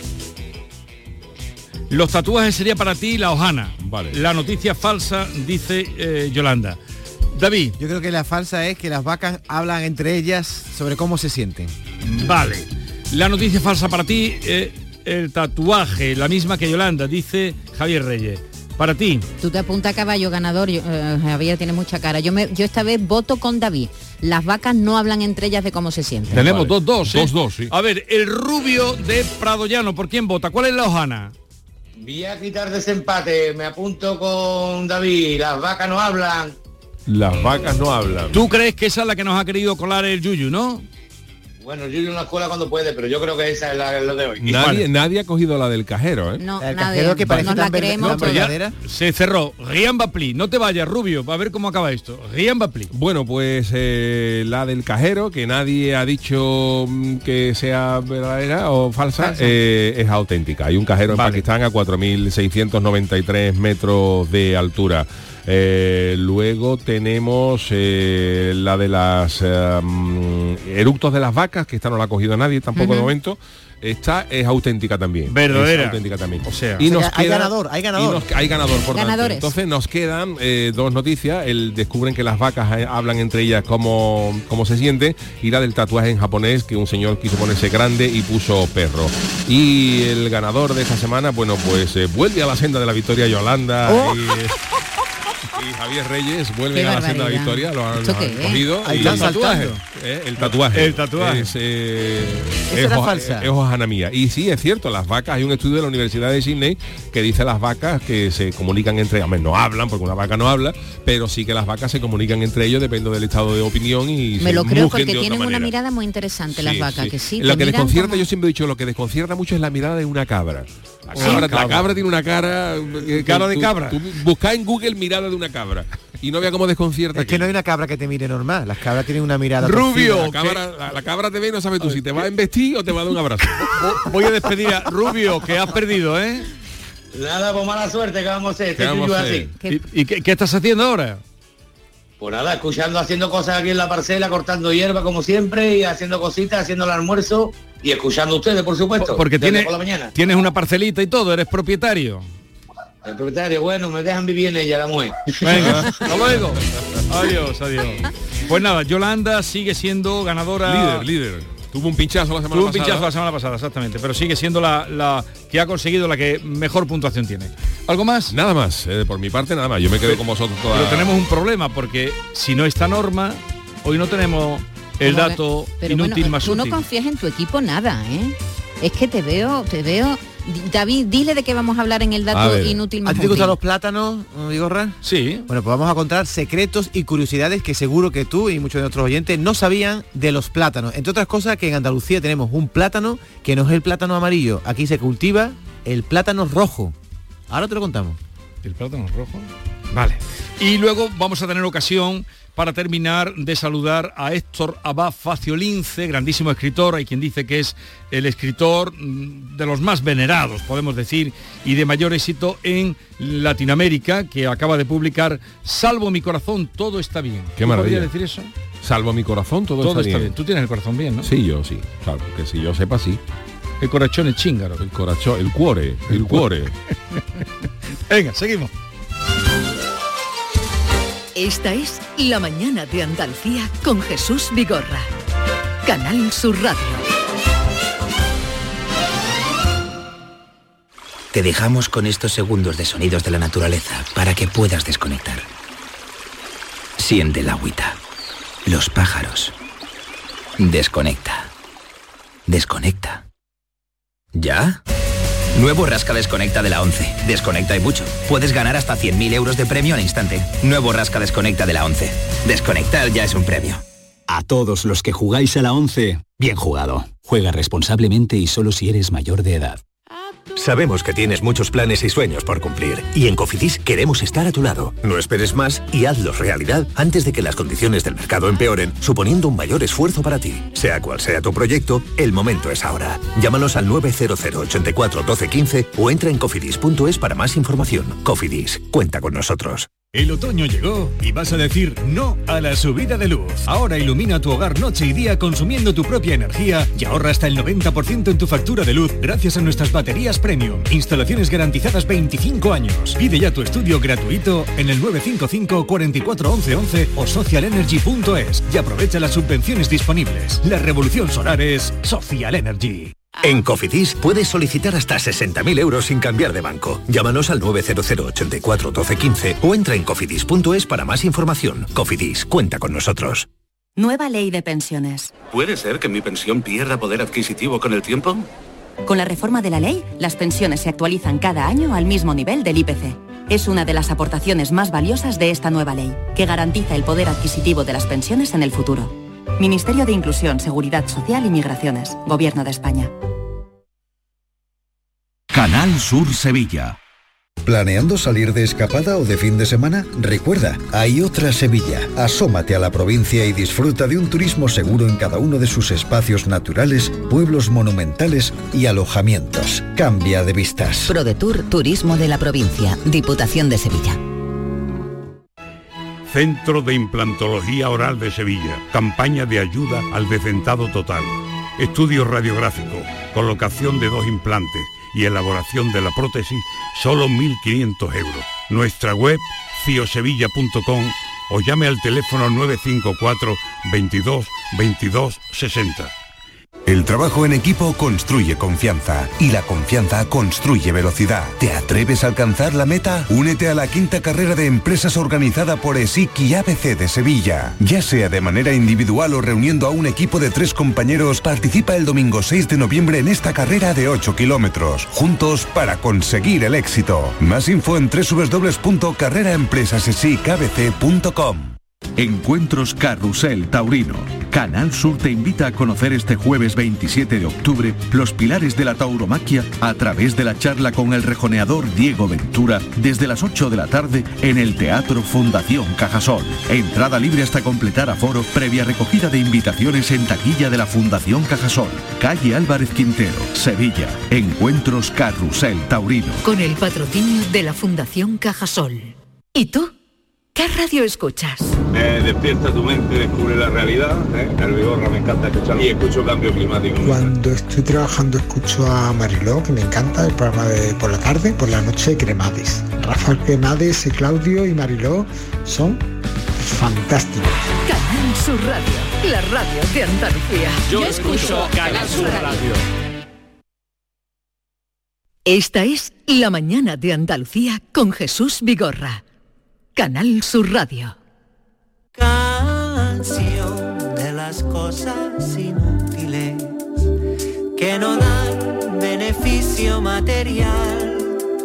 Speaker 13: Los tatuajes sería para ti la hojana.
Speaker 14: Vale.
Speaker 13: La noticia falsa, dice Yolanda. David.
Speaker 16: Yo creo que la falsa es que las vacas hablan entre ellas sobre cómo se sienten.
Speaker 13: Vale. La noticia falsa para ti, el tatuaje, la misma que Yolanda, dice Javier Reyes. Para ti.
Speaker 15: Tú te apuntas a caballo ganador, Javier tiene mucha cara. Yo esta vez voto con David. Las vacas no hablan entre ellas de cómo se sienten.
Speaker 13: Tenemos 2-2, ¿eh?
Speaker 14: 2-2, sí.
Speaker 13: A ver, el rubio de Prado Llano, ¿por quién vota? ¿Cuál es la hojana?
Speaker 18: Voy a quitar desempate, me apunto con David. Las vacas no hablan.
Speaker 14: Las vacas no hablan.
Speaker 13: ¿Tú crees que esa es la que nos ha querido colar el Yuyu, no?
Speaker 18: Bueno, yo en la escuela cuando puede, pero yo creo que esa es lo de hoy.
Speaker 14: Nadie ha cogido la del cajero, ¿eh?
Speaker 15: No,
Speaker 16: el
Speaker 15: nadie.
Speaker 16: cajero que parece
Speaker 15: no la creemos.
Speaker 16: tan verdadera.
Speaker 13: Se cerró. Rian Bapli, no te vayas, Rubio, a ver cómo acaba esto. Rian Bapli.
Speaker 14: Bueno, pues la del cajero, que nadie ha dicho que sea verdadera o falsa, es auténtica. Hay un cajero en Pakistán a 4.693 metros de altura. Luego tenemos la de las eructos de las vacas, que esta no la ha cogido nadie tampoco de momento. Esta es auténtica también.
Speaker 13: Verdadera.
Speaker 14: Es auténtica también.
Speaker 13: O sea,
Speaker 16: hay ganador.
Speaker 14: Hay ganador, por tanto. Entonces nos quedan 2 noticias. Descubren que las vacas hablan entre ellas cómo se sienten, y la del tatuaje en japonés, que un señor quiso ponerse grande y puso perro. Y el ganador de esta semana, bueno, pues vuelve a la senda de la victoria Yolanda. Y Javier Reyes vuelve a la senda de la victoria, lo han cogido.
Speaker 16: Y
Speaker 14: el tatuaje. El tatuaje. Es
Speaker 16: falsa.
Speaker 14: Es hojana mía. Y sí, es cierto, las vacas, hay un estudio de la Universidad de Sydney que dice las vacas que se comunican entre ellas. No hablan, porque una vaca no habla, pero sí que las vacas se comunican entre ellos, depende del estado de opinión. Y
Speaker 15: me lo creo, porque tienen una mirada muy interesante las vacas,
Speaker 14: sí.
Speaker 15: que sí.
Speaker 14: Lo que desconcierta, yo siempre he dicho, lo que desconcierta mucho es la mirada de una cabra. La cabra tiene una cara
Speaker 13: de cabra.
Speaker 14: Tú buscá en Google mirada de una cabra y no vea cómo desconcierta.
Speaker 16: Es que no hay una cabra que te mire normal. Las cabras tienen una mirada
Speaker 13: Rubio.
Speaker 14: La cabra te ve y no sabes tú si te va a embestir o te va a dar un abrazo.
Speaker 13: Voy a despedir a Rubio, que has perdido, ¿eh?
Speaker 18: Nada, pues mala suerte, que vamos a hacer.
Speaker 13: ¿Y qué estás haciendo ahora?
Speaker 18: Pues nada, haciendo cosas aquí en la parcela, cortando hierba como siempre y haciendo cositas, haciendo el almuerzo y escuchando a ustedes, por supuesto.
Speaker 13: Porque
Speaker 18: por la mañana.
Speaker 13: Tienes una parcelita y todo, eres propietario.
Speaker 18: El propietario, bueno, me dejan vivir en ella, la mujer.
Speaker 13: Venga, hasta luego. Adiós. Pues nada, Yolanda sigue siendo ganadora.
Speaker 14: Líder. Tuvo un pinchazo la semana pasada.
Speaker 13: Exactamente, pero sigue siendo la que ha conseguido la que mejor puntuación tiene. ¿Algo más?
Speaker 14: Nada más, por mi parte nada más. Yo me quedo con vosotros toda...
Speaker 13: Pero tenemos un problema, porque si no está Norma, hoy no tenemos el dato inútil más
Speaker 15: útil.
Speaker 13: Tú
Speaker 15: no confías en tu equipo nada, ¿eh? Es que te veo... David, dile de qué vamos a hablar en el dato inútil más útil.
Speaker 16: ¿A ti te gustan los plátanos, Vigorra?
Speaker 13: Sí.
Speaker 16: Bueno, pues vamos a contar secretos y curiosidades que seguro que tú y muchos de nuestros oyentes no sabían de los plátanos. Entre otras cosas, que en Andalucía tenemos un plátano que no es el plátano amarillo. Aquí se cultiva el plátano rojo. Ahora te lo contamos.
Speaker 13: ¿El plátano rojo? Vale. Y luego vamos a tener ocasión para terminar, de saludar a Héctor Abad Faciolince, grandísimo escritor. Hay quien dice que es el escritor de los más venerados, podemos decir, y de mayor éxito en Latinoamérica, que acaba de publicar Salvo mi corazón, todo está bien.
Speaker 14: Qué maravilla.
Speaker 13: ¿Podría decir eso?
Speaker 14: Salvo mi corazón, todo está bien.
Speaker 13: Tú tienes el corazón bien, ¿no?
Speaker 14: Sí, yo sí. Claro, que si yo sepa, sí.
Speaker 13: El corazón es chíngaro.
Speaker 14: El corazón, el cuore.
Speaker 13: Venga, seguimos.
Speaker 9: Esta es La Mañana de Andalucía con Jesús Vigorra. Canal Sur Radio.
Speaker 19: Te dejamos con estos segundos de sonidos de la naturaleza para que puedas desconectar. Siente el agüita, los pájaros. Desconecta. Desconecta. ¿Ya? Nuevo Rasca Desconecta de la 11. Desconecta y mucho. Puedes ganar hasta 100.000 euros de premio al instante. Nuevo Rasca Desconecta de la 11. Desconectar ya es un premio.
Speaker 20: A todos los que jugáis a la 11, bien jugado. Juega responsablemente y solo si eres mayor de edad.
Speaker 21: Sabemos que tienes muchos planes y sueños por cumplir, y en Cofidis queremos estar a tu lado. No esperes más y hazlos realidad antes de que las condiciones del mercado empeoren, suponiendo un mayor esfuerzo para ti. Sea cual sea tu proyecto, el momento es ahora. Llámanos al 900 84 12 15 o entra en cofidis.es para más información. Cofidis, cuenta con nosotros.
Speaker 22: El otoño llegó y vas a decir no a la subida de luz. Ahora ilumina tu hogar noche y día consumiendo tu propia energía y ahorra hasta el 90% en tu factura de luz gracias a nuestras baterías premium. Instalaciones garantizadas 25 años. Pide ya tu estudio gratuito en el 955 44 11 11 o socialenergy.es y aprovecha las subvenciones disponibles. La revolución solar es Social Energy.
Speaker 21: En Cofidis puedes solicitar hasta 60.000 euros sin cambiar de banco. Llámanos al 900 84 12 15 o entra en cofidis.es para más información. Cofidis, cuenta con nosotros.
Speaker 23: Nueva ley de pensiones.
Speaker 24: ¿Puede ser que mi pensión pierda poder adquisitivo con el tiempo?
Speaker 23: Con la reforma de la ley, las pensiones se actualizan cada año al mismo nivel del IPC. Es una de las aportaciones más valiosas de esta nueva ley, que garantiza el poder adquisitivo de las pensiones en el futuro. Ministerio de Inclusión, Seguridad Social y Migraciones. Gobierno de España.
Speaker 25: Canal Sur Sevilla.
Speaker 26: ¿Planeando salir de escapada o de fin de semana? Recuerda, hay otra Sevilla. Asómate a la provincia y disfruta de un turismo seguro en cada uno de sus espacios naturales, pueblos monumentales y alojamientos. Cambia de vistas.
Speaker 27: ProDetour Turismo de la Provincia, Diputación de Sevilla.
Speaker 28: Centro de Implantología Oral de Sevilla. Campaña de ayuda al decentado total. Estudio radiográfico, colocación de 2 implantes y elaboración de la prótesis, solo 1.500 euros. Nuestra web, ciosevilla.com o llame al teléfono 954 22 22 60.
Speaker 29: El trabajo en equipo construye confianza y la confianza construye velocidad. ¿Te atreves a alcanzar la meta? Únete a la 5ª carrera de empresas organizada por ESIC y ABC de Sevilla. Ya sea de manera individual o reuniendo a un equipo de 3 compañeros, participa el domingo 6 de noviembre en esta carrera de 8 kilómetros. Juntos para conseguir el éxito. Más info en www.carreraempresasesicabc.com.
Speaker 25: Encuentros Carrusel Taurino. Canal Sur te invita a conocer este jueves 27 de octubre los pilares de la tauromaquia a través de la charla con el rejoneador Diego Ventura desde las 8 de la tarde en el Teatro Fundación Cajasol. Entrada libre hasta completar aforo, previa recogida de invitaciones en taquilla de la Fundación Cajasol. Calle Álvarez Quintero, Sevilla. Encuentros Carrusel Taurino.
Speaker 9: Con el patrocinio de la Fundación Cajasol. ¿Y tú? ¿Qué radio escuchas?
Speaker 30: Despierta tu mente, descubre la realidad. El Vigorra me encanta escucharlo y escucho Cambio Climático.
Speaker 31: Cuando estoy trabajando escucho a Mariló, que me encanta, el programa de por la tarde, por la noche Cremades. Rafael Cremades, Claudio y Mariló son fantásticos.
Speaker 9: Canal Sur Radio, la radio de Andalucía.
Speaker 30: Yo escucho Canal Sur Radio.
Speaker 9: Esta es La Mañana de Andalucía con Jesús Vigorra. Canal Sur Radio.
Speaker 12: Canción de las cosas inútiles que no dan beneficio material,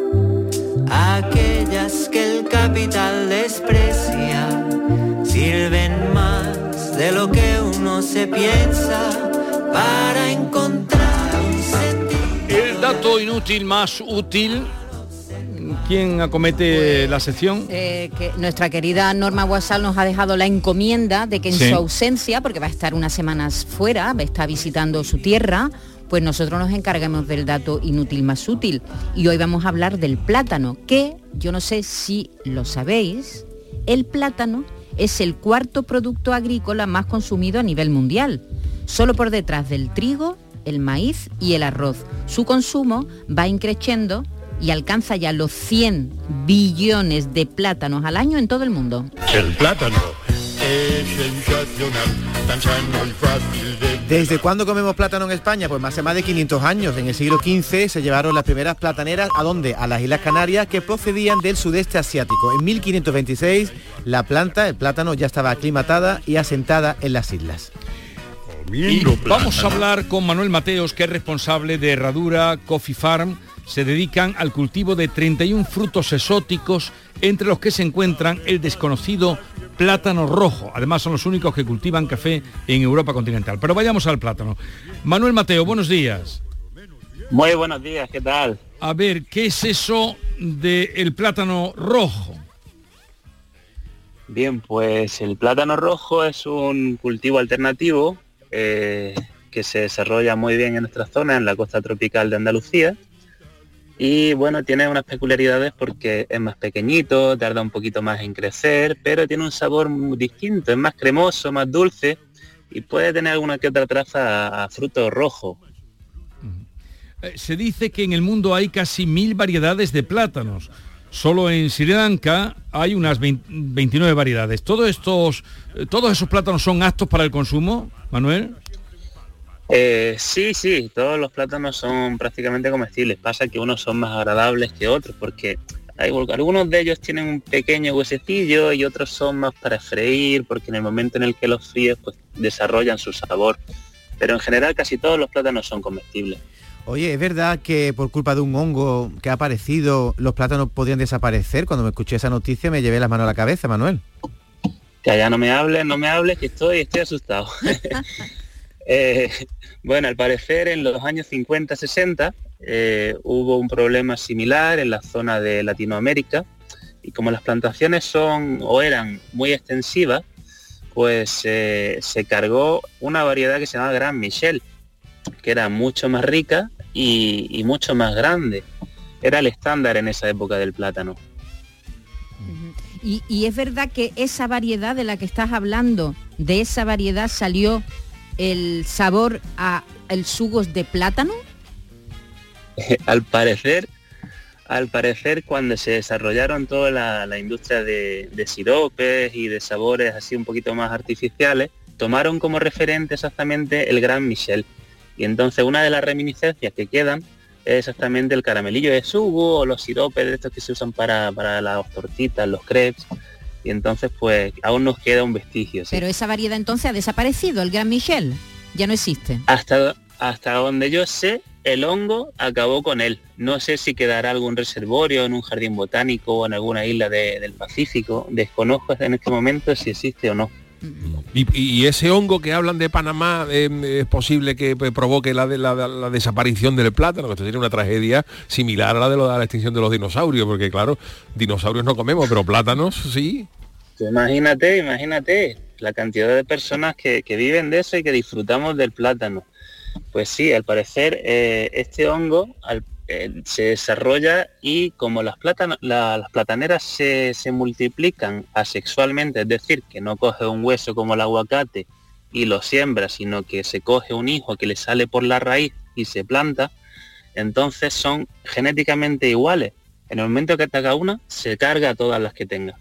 Speaker 12: aquellas que el capital desprecia, sirven más de lo que uno se piensa para encontrar un sentido.
Speaker 13: El dato inútil más útil ¿Quién acomete la sección?
Speaker 15: Que nuestra querida Norma Guasal nos ha dejado la encomienda de que en su ausencia, porque va a estar unas semanas fuera, está visitando su tierra, pues nosotros nos encargamos del dato inútil más útil. Y hoy vamos a hablar del plátano, que yo no sé si lo sabéis, el plátano es el cuarto producto agrícola más consumido a nivel mundial, solo por detrás del trigo, el maíz y el arroz. Su consumo va increciendo y alcanza ya los 100 billones de plátanos al año en todo el mundo.
Speaker 1: El plátano es sensacional, tan sano y fácil de...
Speaker 16: ¿Desde cuándo comemos plátano en España? Pues hace más de 500 años. En el siglo XV se llevaron las primeras plataneras, ¿a dónde? A las Islas Canarias, que procedían del sudeste asiático. En 1526 la planta, el plátano, ya estaba aclimatada y asentada en las islas.
Speaker 13: Y vamos a hablar con Manuel Mateos, que es responsable de Herradura Coffee Farm. Se dedican al cultivo de 31 frutos exóticos, entre los que se encuentran el desconocido plátano rojo. Además son los únicos que cultivan café en Europa continental. Pero vayamos al plátano. Manuel Mateo, buenos días.
Speaker 2: Muy buenos días, ¿qué tal?
Speaker 13: A ver, ¿qué es eso del plátano rojo?
Speaker 2: Bien, pues el plátano rojo es un cultivo alternativo que se desarrolla muy bien en nuestra zona, en la costa tropical de Andalucía. Y bueno, tiene unas peculiaridades porque es más pequeñito, tarda un poquito más en crecer, pero tiene un sabor muy distinto, es más cremoso, más dulce y puede tener alguna que otra traza a fruto rojo.
Speaker 13: Se dice que en el mundo hay casi 1000 variedades de plátanos. Solo en Sri Lanka hay unas 29 variedades. ¿Todos esos plátanos son aptos para el consumo, Manuel?
Speaker 2: Sí, todos los plátanos son prácticamente comestibles. Pasa que unos son más agradables que otros porque algunos de ellos tienen un pequeño huesecillo y otros son más para freír porque en el momento en el que los fríes pues desarrollan su sabor. Pero en general casi todos los plátanos son comestibles.
Speaker 16: Oye, ¿es verdad que por culpa de un hongo que ha aparecido los plátanos podrían desaparecer? Cuando me escuché esa noticia me llevé las manos a la cabeza, Manuel.
Speaker 2: Que allá no me hables, que estoy asustado. Bueno, al parecer en los años 50-60 hubo un problema similar en la zona de Latinoamérica y como las plantaciones eran muy extensivas, pues se cargó una variedad que se llama Gran Michel, que era mucho más rica y mucho más grande. Era el estándar en esa época del plátano.
Speaker 15: Y es verdad que esa variedad de la que estás hablando, de esa variedad salió el sabor a el jugos de plátano.
Speaker 2: Al parecer cuando se desarrollaron toda la industria de siropes y de sabores así un poquito más artificiales, tomaron como referente exactamente el Gran Michel. Y entonces una de las reminiscencias que quedan es exactamente el caramelillo de sugo o los siropes de estos que se usan para las tortitas, los crepes. Y entonces pues aún nos queda un vestigio. ¿Sí?
Speaker 15: Pero esa variedad entonces ha desaparecido, el Gran Michel, ya no existe.
Speaker 2: Hasta donde yo sé, el hongo acabó con él. No sé si quedará algún reservorio en un jardín botánico o en alguna isla del Pacífico. Desconozco en este momento si existe o no.
Speaker 14: Y ese hongo que hablan de Panamá, es posible que provoque la desaparición del plátano, que esto sería una tragedia similar a la de la extinción de los dinosaurios, porque claro, dinosaurios no comemos, pero plátanos sí.
Speaker 2: Imagínate la cantidad de personas que viven de eso y que disfrutamos del plátano. Pues sí, al parecer este hongo se desarrolla y como las plataneras se multiplican asexualmente, es decir, que no coge un hueso como el aguacate y lo siembra, sino que se coge un hijo que le sale por la raíz y se planta, entonces son genéticamente iguales. En el momento que ataca una, se carga a todas las que tenga.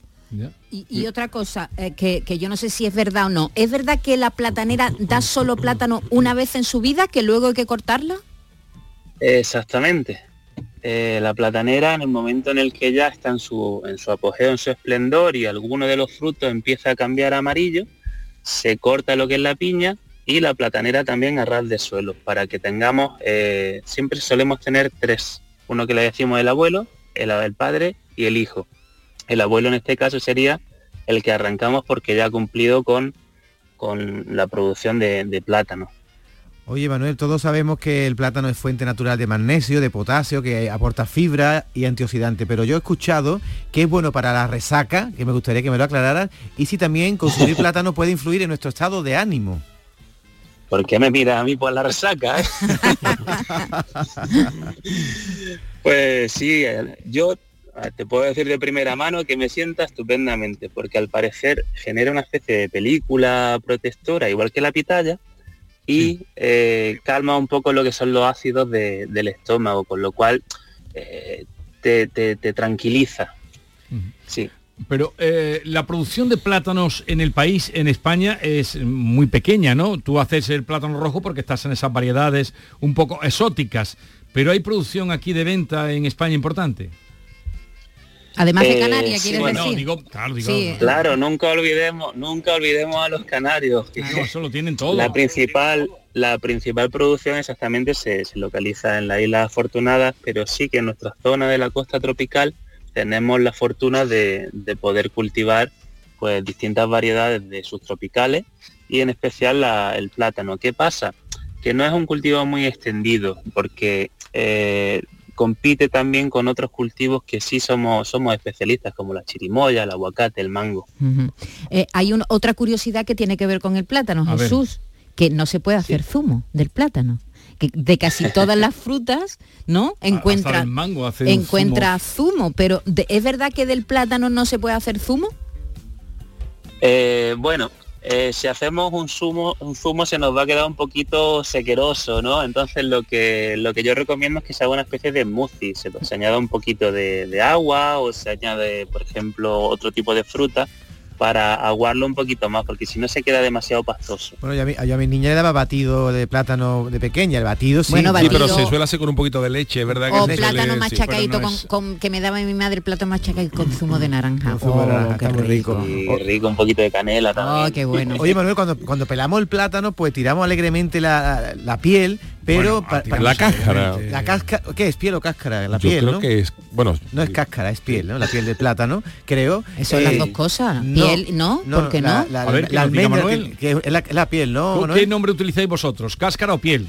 Speaker 15: Y otra cosa, que yo no sé si es verdad o no, ¿es verdad que la platanera da solo plátano una vez en su vida, que luego hay que cortarla?
Speaker 2: Exactamente. La platanera, en el momento en el que ya está en su apogeo, en su esplendor y alguno de los frutos empieza a cambiar a amarillo, se corta lo que es la piña y la platanera también a ras de suelo, para que tengamos, siempre solemos tener tres, uno que le decimos el abuelo, el padre y el hijo. El abuelo en este caso sería el que arrancamos porque ya ha cumplido con la producción de plátano.
Speaker 16: Oye, Manuel, todos sabemos que el plátano es fuente natural de magnesio, de potasio, que aporta fibra y antioxidante, pero yo he escuchado que es bueno para la resaca, que me gustaría que me lo aclararas, y si también consumir plátano puede influir en nuestro estado de ánimo.
Speaker 2: ¿Por qué me miras a mí por la resaca? Pues sí, yo te puedo decir de primera mano que me sienta estupendamente, porque al parecer genera una especie de película protectora, igual que la pitaya, y calma un poco lo que son los ácidos del estómago, con lo cual te tranquiliza. Sí.
Speaker 13: Pero la producción de plátanos en el país, en España, es muy pequeña, ¿no? Tú haces el plátano rojo porque estás en esas variedades un poco exóticas, pero ¿hay producción aquí de venta en España importante?
Speaker 15: Además de Canarias,
Speaker 2: sí,
Speaker 15: ¿quieres
Speaker 2: bueno,
Speaker 15: decir?
Speaker 13: Digo,
Speaker 15: Sí.
Speaker 2: Claro, nunca olvidemos a los canarios.
Speaker 13: No, eso lo tienen todo.
Speaker 2: La principal producción exactamente se localiza en la isla Afortunadas, pero sí que en nuestra zona de la costa tropical tenemos la fortuna de poder cultivar pues distintas variedades de subtropicales y en especial el plátano. ¿Qué pasa? Que no es un cultivo muy extendido porque compite también con otros cultivos que sí somos especialistas, como la chirimoya, el aguacate, el mango.
Speaker 15: Uh-huh. Hay otra curiosidad que tiene que ver con el plátano, Jesús, que no se puede hacer zumo del plátano. Que de casi todas las frutas, ¿no? Encuentra zumo, pero ¿es verdad que del plátano no se puede hacer zumo?
Speaker 2: Si hacemos un zumo se nos va a quedar un poquito sequeroso, ¿no? Entonces lo que yo recomiendo es que se haga una especie de smoothie, se añada un poquito de agua o se añade, por ejemplo, otro tipo de fruta para aguarlo un poquito más, porque si no se queda demasiado pastoso.
Speaker 16: Bueno, yo a mi niña le daba batido de plátano de pequeña, el batido sí.
Speaker 15: Bueno, batido,
Speaker 14: sí, pero se suele hacer con un poquito de leche, ¿verdad?
Speaker 15: O
Speaker 14: que
Speaker 15: plátano machacadito,
Speaker 14: sí,
Speaker 15: que me daba mi madre, plátano machacadito con zumo de naranja.
Speaker 16: Zumo de naranja, está muy rico.
Speaker 2: Y rico, un poquito de canela también.
Speaker 15: Oh, qué bueno.
Speaker 16: Oye, Manuel, cuando pelamos el plátano, pues tiramos alegremente la piel, pero...
Speaker 14: la cáscara.
Speaker 16: La cáscara, ¿qué es? ¿Piel o cáscara? La
Speaker 14: Yo
Speaker 16: piel,
Speaker 14: creo
Speaker 16: ¿no?
Speaker 14: que es... Bueno...
Speaker 16: No es cáscara, es piel, ¿no? La piel del plátano, creo.
Speaker 15: Eso es las dos cosas. Piel, ¿no? ¿Por qué no?
Speaker 13: A ver,
Speaker 16: la almendra,
Speaker 13: Manuel.
Speaker 16: que es la piel, ¿no?
Speaker 13: ¿Qué nombre utilizáis vosotros? ¿Cáscara o piel?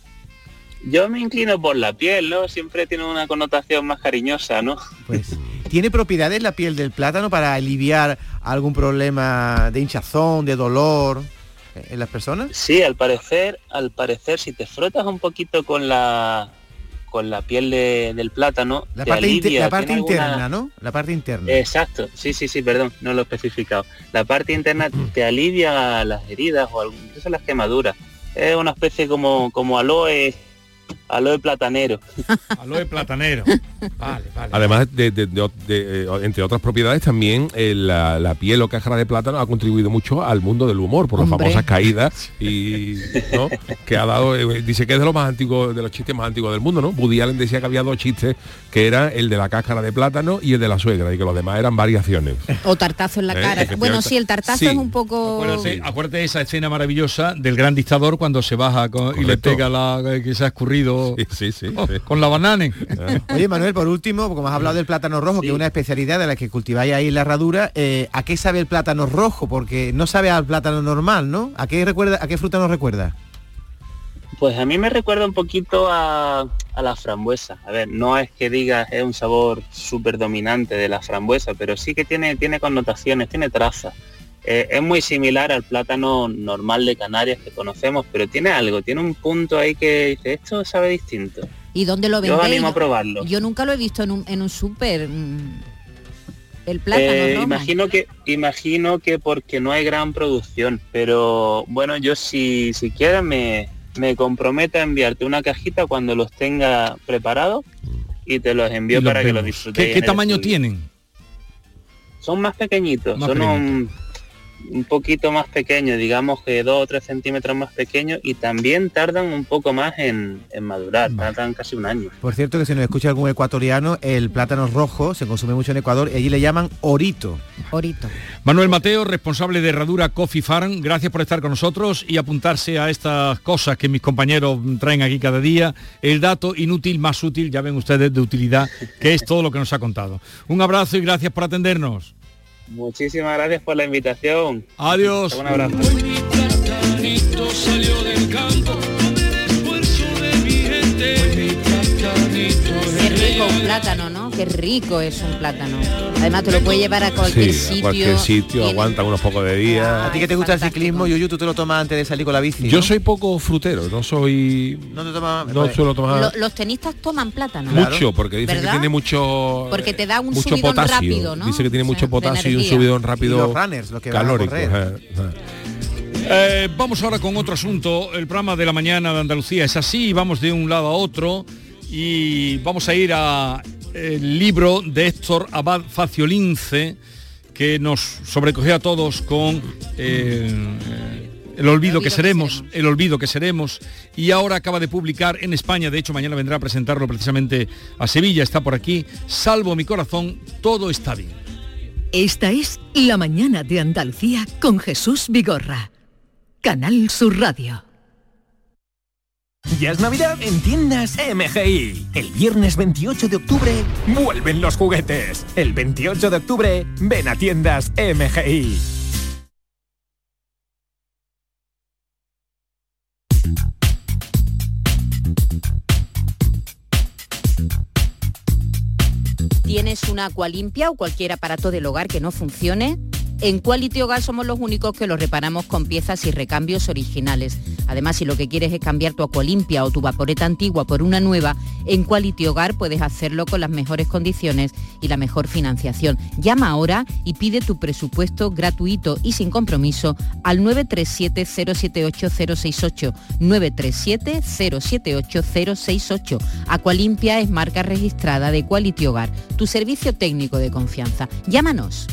Speaker 2: Yo me inclino por la piel, ¿no? Siempre tiene una connotación más cariñosa, ¿no?
Speaker 16: Pues, ¿tiene propiedades la piel del plátano para aliviar algún problema de hinchazón, de dolor en las personas?
Speaker 2: Sí, al parecer, si te frotas un poquito con la piel del plátano,
Speaker 16: la
Speaker 2: te
Speaker 16: parte,
Speaker 2: alivia,
Speaker 16: la parte interna,
Speaker 2: alguna...
Speaker 16: ¿no? La parte interna.
Speaker 2: Exacto, sí, perdón, no lo he especificado. La parte interna te alivia las heridas o incluso las quemaduras. Es una especie como aloe platanero.
Speaker 13: Aloe platanero. Vale.
Speaker 14: Además, entre otras propiedades, también la piel o cáscara de plátano ha contribuido mucho al mundo del humor, por las famosas caídas, y ¿no? que ha dado, dice que es de los más antiguos, de los chistes más antiguos del mundo, ¿no? Woody Allen decía que había dos chistes, que era el de la cáscara de plátano y el de la suegra, y que los demás eran variaciones.
Speaker 15: O tartazo en la cara. Bueno, sí, el tartazo es un poco...
Speaker 13: Acuérdate de esa escena maravillosa del gran dictador cuando se baja y le pega que se ha escurrido con la banana.
Speaker 16: Oye, Manuel, por último, como has hablado del plátano rojo, que es una especialidad de la que cultiváis ahí en la Herradura, ¿a qué sabe el plátano rojo? Porque no sabe al plátano normal, ¿no? ¿A qué fruta nos recuerda?
Speaker 2: Pues a mí me recuerda un poquito a la frambuesa. A ver, no es que digas es un sabor súper dominante de la frambuesa, pero sí que tiene connotaciones, tiene trazas. Es muy similar al plátano normal de Canarias que conocemos, pero tiene algo, tiene un punto ahí que dice, esto sabe distinto.
Speaker 15: ¿Y dónde lo vendéis?
Speaker 2: Yo animo a probarlo.
Speaker 15: Yo nunca lo he visto en un súper. El plátano rojo.
Speaker 2: Imagino que porque no hay gran producción, pero bueno, yo si quieres me comprometo a enviarte una cajita cuando los tenga preparados y te los envío para que los disfrutes.
Speaker 13: ¿Qué tamaño tienen?
Speaker 2: Son más pequeñitos, un poquito más pequeños, digamos que 2 o 3 centímetros más pequeños, y también tardan un poco más en madurar, tardan casi un año.
Speaker 16: Por cierto, que si nos escucha algún ecuatoriano, el plátano rojo se consume mucho en Ecuador y allí le llaman orito.
Speaker 13: Manuel Mateo, responsable de Herradura Coffee Farm, gracias por estar con nosotros y apuntarse a estas cosas que mis compañeros traen aquí cada día. El dato inútil más útil, ya ven ustedes, de utilidad, que es todo lo que nos ha contado. Un abrazo y gracias por atendernos.
Speaker 2: Muchísimas gracias por la invitación.
Speaker 13: Adiós.
Speaker 2: Un abrazo.
Speaker 1: Salió del campo
Speaker 15: rico un plátano, ¿no? Qué rico es un plátano. Además te lo puedes llevar a cualquier sitio.
Speaker 14: A cualquier sitio, aguanta unos pocos de días.
Speaker 16: A ti que te gusta el ciclismo, Yuyu, tú te lo tomas antes de salir con la bici, ¿no?
Speaker 14: Yo soy poco frutero, no soy... No suelo tomar...
Speaker 15: Los tenistas toman plátano.
Speaker 14: Mucho, porque dicen
Speaker 15: ¿verdad?
Speaker 14: que tiene mucho...
Speaker 15: Porque te da un
Speaker 14: mucho
Speaker 15: subidón
Speaker 14: potasio.
Speaker 15: rápido, ¿no?
Speaker 14: Dice que tiene mucho potasio y un
Speaker 15: energía.
Speaker 14: subidón rápido.
Speaker 16: Y los runners, los que van a
Speaker 14: calórico.
Speaker 16: correr.
Speaker 13: Vamos ahora con otro asunto. El programa de la mañana de Andalucía es así, vamos de un lado a otro y vamos a ir a el libro de Héctor Abad Faciolince, que nos sobrecogió a todos con el olvido que seremos, y ahora acaba de publicar en España, de hecho mañana vendrá a presentarlo precisamente a Sevilla, está por aquí, Salvo mi corazón, todo está bien.
Speaker 9: Esta es La mañana de Andalucía con Jesús Vigorra. Canal Sur Radio.
Speaker 3: Ya es Navidad en tiendas MGI. El viernes 28 de octubre vuelven los juguetes. El 28 de octubre ven a tiendas MGI.
Speaker 15: ¿Tienes una Aqualimpia o cualquier aparato del hogar que no funcione? En Quality Hogar somos los únicos que lo reparamos con piezas y recambios originales. Además, si lo que quieres es cambiar tu Aqualimpia o tu vaporeta antigua por una nueva, en Quality Hogar puedes hacerlo con las mejores condiciones y la mejor financiación. Llama ahora y pide tu presupuesto gratuito y sin compromiso al 937-078-068. 937-078-068. Aqualimpia es marca registrada de Quality Hogar, tu servicio técnico de confianza. Llámanos.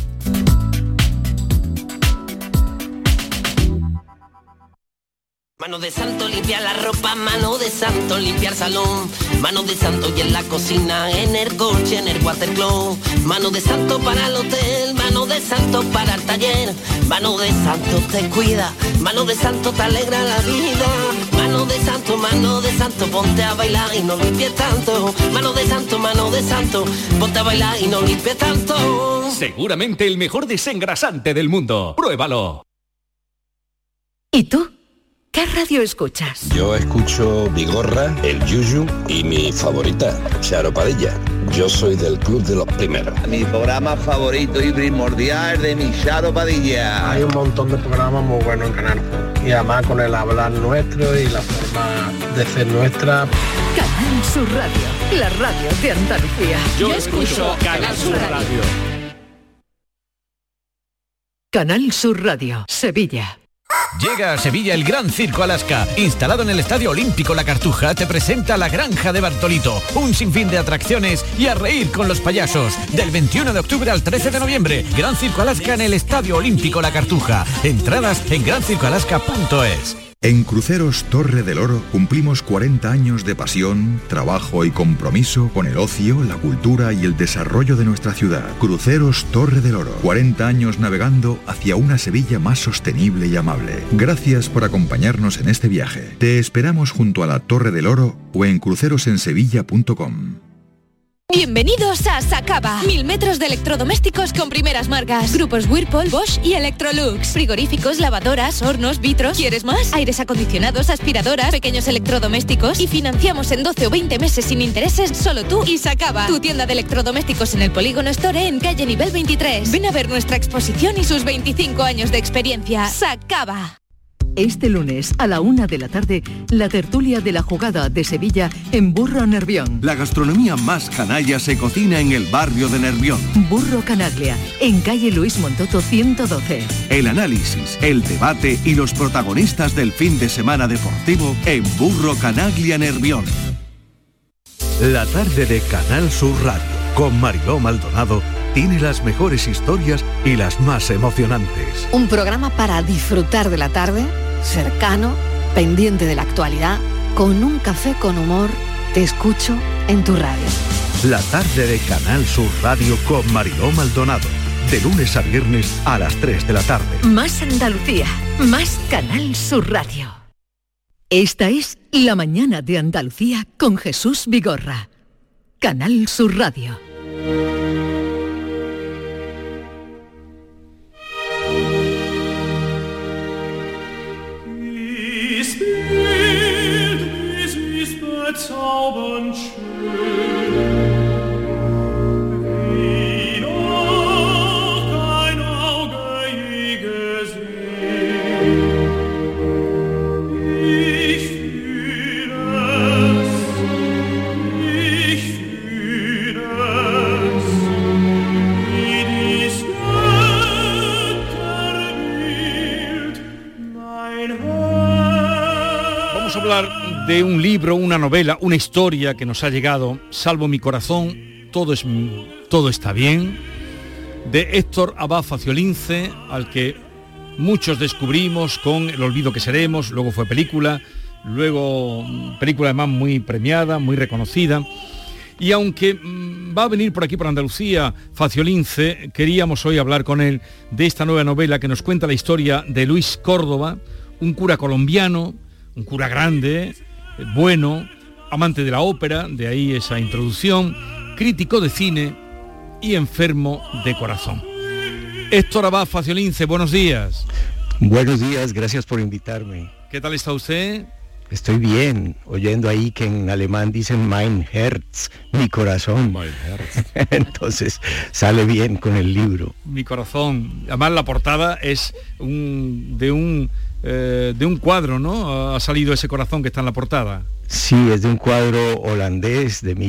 Speaker 4: Mano de santo limpia la ropa, mano de santo limpiar salón, mano de santo y en la cocina, en el coche, en el watercloak, mano de santo para el hotel, mano de santo para el taller, mano de santo te cuida, mano de santo te alegra la vida, mano de santo, ponte a bailar y no limpies tanto, mano de santo, ponte a bailar y no limpies tanto.
Speaker 3: Seguramente el mejor desengrasante del mundo. Pruébalo.
Speaker 9: ¿Y tú? ¿Qué radio escuchas?
Speaker 5: Yo escucho Vigorra, el Yuyu y mi favorita, Charo Padilla. Yo soy del club de los primeros.
Speaker 6: Mi programa favorito y primordial de mi Charo Padilla.
Speaker 7: Hay un montón de programas muy buenos en Canal Sur. Y además con el hablar nuestro y la forma de ser nuestra.
Speaker 9: Canal Sur Radio, la radio de Andalucía.
Speaker 3: Yo escucho Canal Sur Radio.
Speaker 9: Canal Sur Radio, Sevilla.
Speaker 3: Llega a Sevilla el Gran Circo Alaska. Instalado en el Estadio Olímpico La Cartuja, te presenta La Granja de Bartolito. Un sinfín de atracciones y a reír con los payasos. Del 21 de octubre al 13 de noviembre. Gran Circo Alaska en el Estadio Olímpico La Cartuja. Entradas en grancircoalaska.es.
Speaker 26: En Cruceros Torre del Oro cumplimos 40 años de pasión, trabajo y compromiso con el ocio, la cultura y el desarrollo de nuestra ciudad. Cruceros Torre del Oro, 40 años navegando hacia una Sevilla más sostenible y amable. Gracias por acompañarnos en este viaje. Te esperamos junto a la Torre del Oro o en crucerosensevilla.com.
Speaker 8: Bienvenidos a Sacaba. 1000 metros de electrodomésticos con primeras marcas. Grupos Whirlpool, Bosch y Electrolux. Frigoríficos, lavadoras, hornos, vitros. ¿Quieres más? Aires acondicionados, aspiradoras, pequeños electrodomésticos. Y financiamos en 12 o 20 meses sin intereses, solo tú y Sacaba. Tu tienda de electrodomésticos en el Polígono Store en calle Nivel 23. Ven a ver nuestra exposición y sus 25 años de experiencia. Sacaba.
Speaker 9: Este lunes a la 1 de la tarde, la tertulia de la jugada de Sevilla en Burro Nervión.
Speaker 25: La gastronomía más canalla se cocina en el barrio de Nervión.
Speaker 9: Burro Canaglia, en calle Luis Montoto 112.
Speaker 25: El análisis, el debate y los protagonistas del fin de semana deportivo en Burro Canaglia Nervión. La tarde de Canal Sur Radio con Mariló Maldonado tiene las mejores historias y las más emocionantes.
Speaker 10: Un programa para disfrutar de la tarde, cercano, pendiente de la actualidad, con un café con humor. Te escucho en tu radio.
Speaker 25: La tarde de Canal Sur Radio con Mariló Maldonado. De lunes a viernes a las 3 de la tarde.
Speaker 9: Más Andalucía, más Canal Sur Radio. Esta es La mañana de Andalucía con Jesús Vigorra. Canal Sur Radio.
Speaker 11: Bild, es ist bezaubernd schön.
Speaker 13: hablar de un libro, una novela, una historia que nos ha llegado, Salvo mi corazón, todo está bien, de Héctor Abad Faciolince, al que muchos descubrimos con El olvido que seremos, luego fue película además muy premiada, muy reconocida. Y aunque va a venir por aquí, por Andalucía, Faciolince, queríamos hoy hablar con él de esta nueva novela que nos cuenta la historia de Luis Córdoba, un cura colombiano, un cura grande, bueno, amante de la ópera, de ahí esa introducción, crítico de cine y enfermo de corazón. Héctor Abad Faciolince, buenos días.
Speaker 11: Buenos días, gracias por invitarme.
Speaker 13: ¿Qué tal está usted?
Speaker 11: Estoy bien, oyendo ahí que en alemán dicen mein Herz, mi corazón.
Speaker 13: Mein Herz.
Speaker 11: Entonces sale bien con el libro.
Speaker 13: Mi corazón. Además la portada es de un cuadro, ¿no? Ha salido ese corazón que está en la portada.
Speaker 11: Sí, es de un cuadro holandés de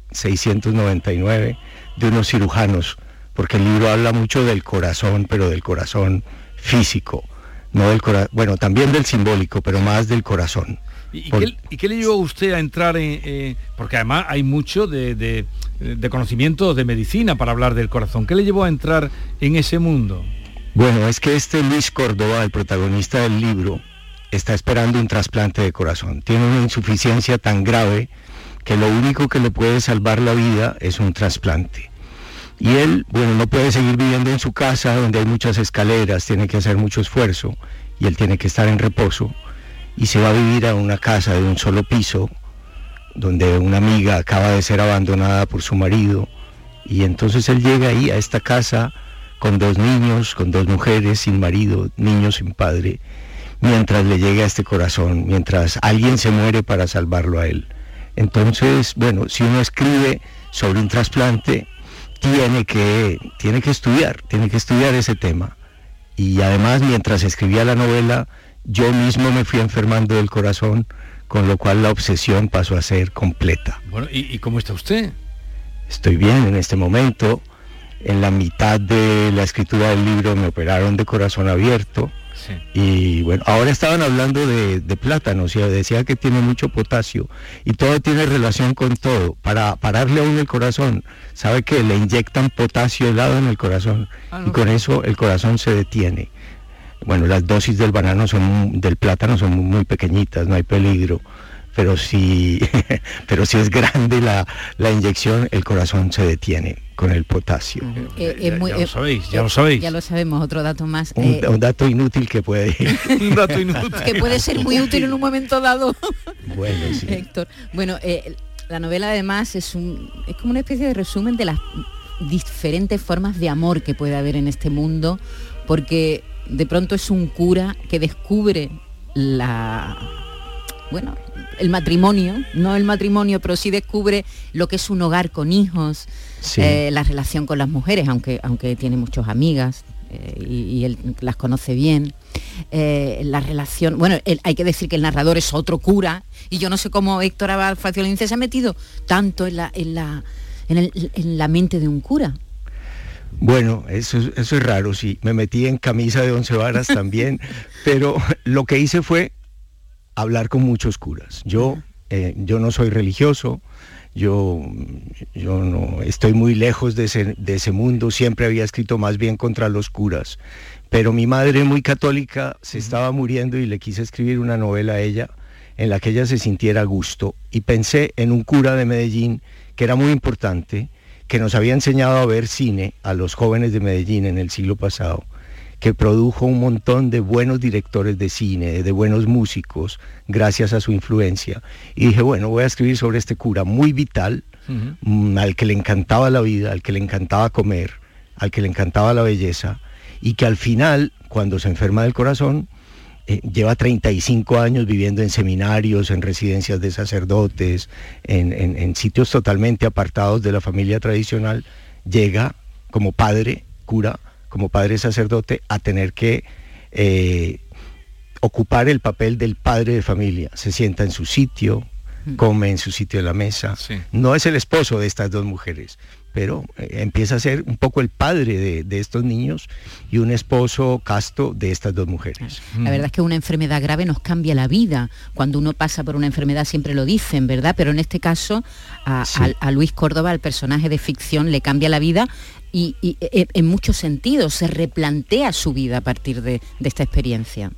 Speaker 11: 1699 de unos cirujanos, porque el libro habla mucho del corazón, pero del corazón físico, no del corazón, bueno, también del simbólico, pero más del corazón.
Speaker 13: ¿Y qué le llevó a usted a entrar en porque además hay mucho de conocimiento de medicina para hablar del corazón? ¿Qué le llevó a entrar en ese mundo?
Speaker 11: Bueno, es que este Luis Córdoba, el protagonista del libro, está esperando un trasplante de corazón. Tiene una insuficiencia tan grave que lo único que le puede salvar la vida es un trasplante. Y él, bueno, no puede seguir viviendo en su casa donde hay muchas escaleras, tiene que hacer mucho esfuerzo y él tiene que estar en reposo y se va a vivir a una casa de un solo piso donde una amiga acaba de ser abandonada por su marido y entonces él llega ahí a esta casa con 2 niños, con 2 mujeres sin marido, niños sin padre, mientras le llega este corazón, mientras alguien se muere para salvarlo a él. Entonces, bueno, si uno escribe sobre un trasplante, tiene que estudiar ese tema. Y además, mientras escribía la novela, yo mismo me fui enfermando del corazón, con lo cual la obsesión pasó a ser completa.
Speaker 13: Bueno, ¿y cómo está usted?
Speaker 11: Estoy bien en este momento. En la mitad de la escritura del libro me operaron de corazón abierto. Sí. Y bueno, ahora estaban hablando de plátanos y decía que tiene mucho potasio y todo tiene relación con todo. Para pararle a uno el corazón, sabe que le inyectan potasio helado en el corazón y con eso el corazón se detiene. Bueno, las dosis del plátano son muy pequeñitas, no hay peligro, pero si es grande la inyección, el corazón se detiene con el potasio.
Speaker 13: Ya lo sabéis.
Speaker 15: Ya lo sabemos, otro dato más.
Speaker 11: Un dato inútil que puede
Speaker 13: un dato inútil.
Speaker 15: Que puede ser muy útil en un momento dado.
Speaker 11: Bueno, sí.
Speaker 15: Héctor, bueno, la novela además es como una especie de resumen de las diferentes formas de amor que puede haber en este mundo, porque de pronto es un cura que descubre el matrimonio, no el matrimonio, pero sí descubre lo que es un hogar con hijos, sí. La relación con las mujeres, aunque tiene muchas amigas y él las conoce bien. La relación, bueno, hay que decir que el narrador es otro cura y yo no sé cómo Héctor Abad Faciolince se ha metido tanto en la mente de un cura.
Speaker 11: Bueno, eso es raro, sí, me metí en camisa de 11 varas también, pero lo que hice fue hablar con muchos curas. Yo no soy religioso, yo no estoy muy lejos de ese mundo, siempre había escrito más bien contra los curas, pero mi madre, muy católica, se estaba muriendo y le quise escribir una novela a ella en la que ella se sintiera a gusto y pensé en un cura de Medellín que era muy importante, que nos había enseñado a ver cine a los jóvenes de Medellín en el siglo pasado, que produjo un montón de buenos directores de cine, de buenos músicos, gracias a su influencia. Y dije, bueno, voy a escribir sobre este cura muy vital, al que le encantaba la vida, al que le encantaba comer, al que le encantaba la belleza, y que al final, cuando se enferma del corazón, lleva 35 años viviendo en seminarios, en residencias de sacerdotes, en sitios totalmente apartados de la familia tradicional, llega como padre, cura, como padre sacerdote, a tener que ocupar el papel del padre de familia. Se sienta en su sitio, come en su sitio de la mesa. Sí. No es el esposo de estas 2 mujeres, pero empieza a ser un poco el padre de estos niños y un esposo casto de estas dos mujeres.
Speaker 15: La verdad es que una enfermedad grave nos cambia la vida. Cuando uno pasa por una enfermedad siempre lo dicen, ¿verdad? Pero en este caso a Luis Córdoba, al personaje de ficción, le cambia la vida y en muchos sentidos se replantea su vida a partir de esta experiencia.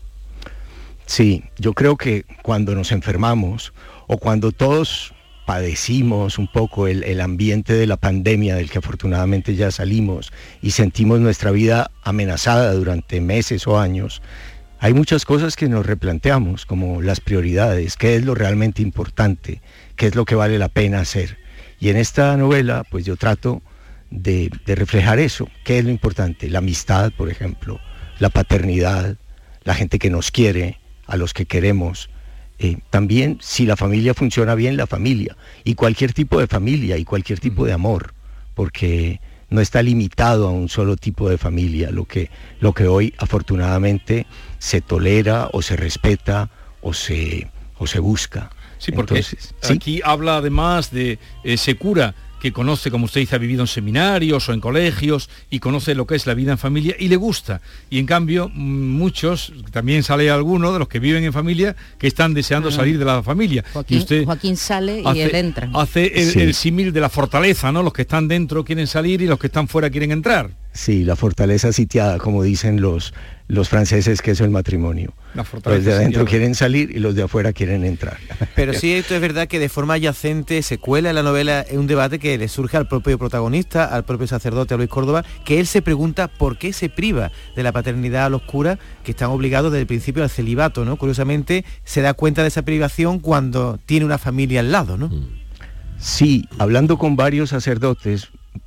Speaker 11: Sí, yo creo que cuando nos enfermamos o cuando todos padecimos un poco el ambiente de la pandemia del que afortunadamente ya salimos y sentimos nuestra vida amenazada durante meses o años, hay muchas cosas que nos replanteamos, como las prioridades, qué es lo realmente importante, qué es lo que vale la pena hacer. Y en esta novela pues yo trato de reflejar eso, qué es lo importante, la amistad, por ejemplo, la paternidad, la gente que nos quiere, a los que queremos. También si la familia funciona bien, la familia, y cualquier tipo de familia y cualquier tipo de amor, porque no está limitado a un solo tipo de familia, lo que hoy afortunadamente se tolera o se respeta o se busca.
Speaker 13: Sí, porque entonces, aquí habla además de ese cura que conoce, como usted dice, ha vivido en seminarios o en colegios y conoce lo que es la vida en familia y le gusta. Y en cambio, muchos, también sale alguno de los que viven en familia que están deseando salir de la familia.
Speaker 15: Joaquín sale y él entra.
Speaker 13: Hace el símil de la fortaleza, ¿no? Los que están dentro quieren salir y los que están fuera quieren entrar.
Speaker 11: Sí, la fortaleza sitiada, como dicen los franceses, que es el matrimonio. Los de adentro quieren salir y los de afuera quieren entrar.
Speaker 16: Pero sí, esto es verdad que de forma adyacente se cuela en la novela un debate que le surge al propio protagonista, al propio sacerdote, a Luis Córdoba, que él se pregunta por qué se priva de la paternidad a los curas que están obligados desde el principio al celibato, ¿no? Curiosamente se da cuenta de esa privación cuando tiene una familia al lado, ¿no?
Speaker 11: Sí, hablando con varios sacerdotes,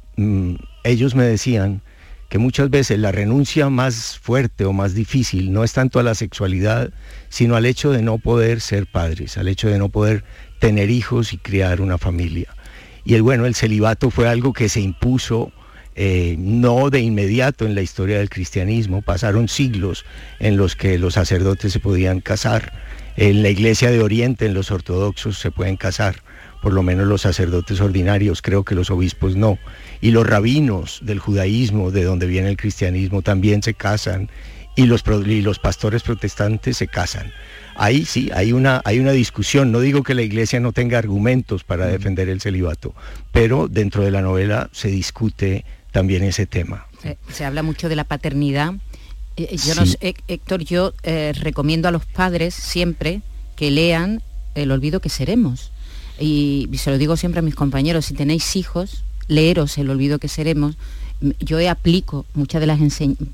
Speaker 11: ellos me decían que muchas veces la renuncia más fuerte o más difícil no es tanto a la sexualidad, sino al hecho de no poder ser padres, al hecho de no poder tener hijos y criar una familia. Y el celibato fue algo que se impuso no de inmediato en la historia del cristianismo. Pasaron siglos en los que los sacerdotes se podían casar. En la Iglesia de Oriente, en los ortodoxos, se pueden casar, por lo menos los sacerdotes ordinarios, creo que los obispos no. Y los rabinos del judaísmo, de donde viene el cristianismo, también se casan, y los pastores protestantes se casan. Ahí sí, hay una discusión. No digo que la Iglesia no tenga argumentos para defender el celibato, pero dentro de la novela se discute también ese tema.
Speaker 15: Se habla mucho de la paternidad. No sé, Héctor, yo recomiendo a los padres siempre que lean El olvido que seremos. Y se lo digo siempre a mis compañeros, si tenéis hijos, leeros El olvido que seremos. Yo aplico muchas de las enseñanzas,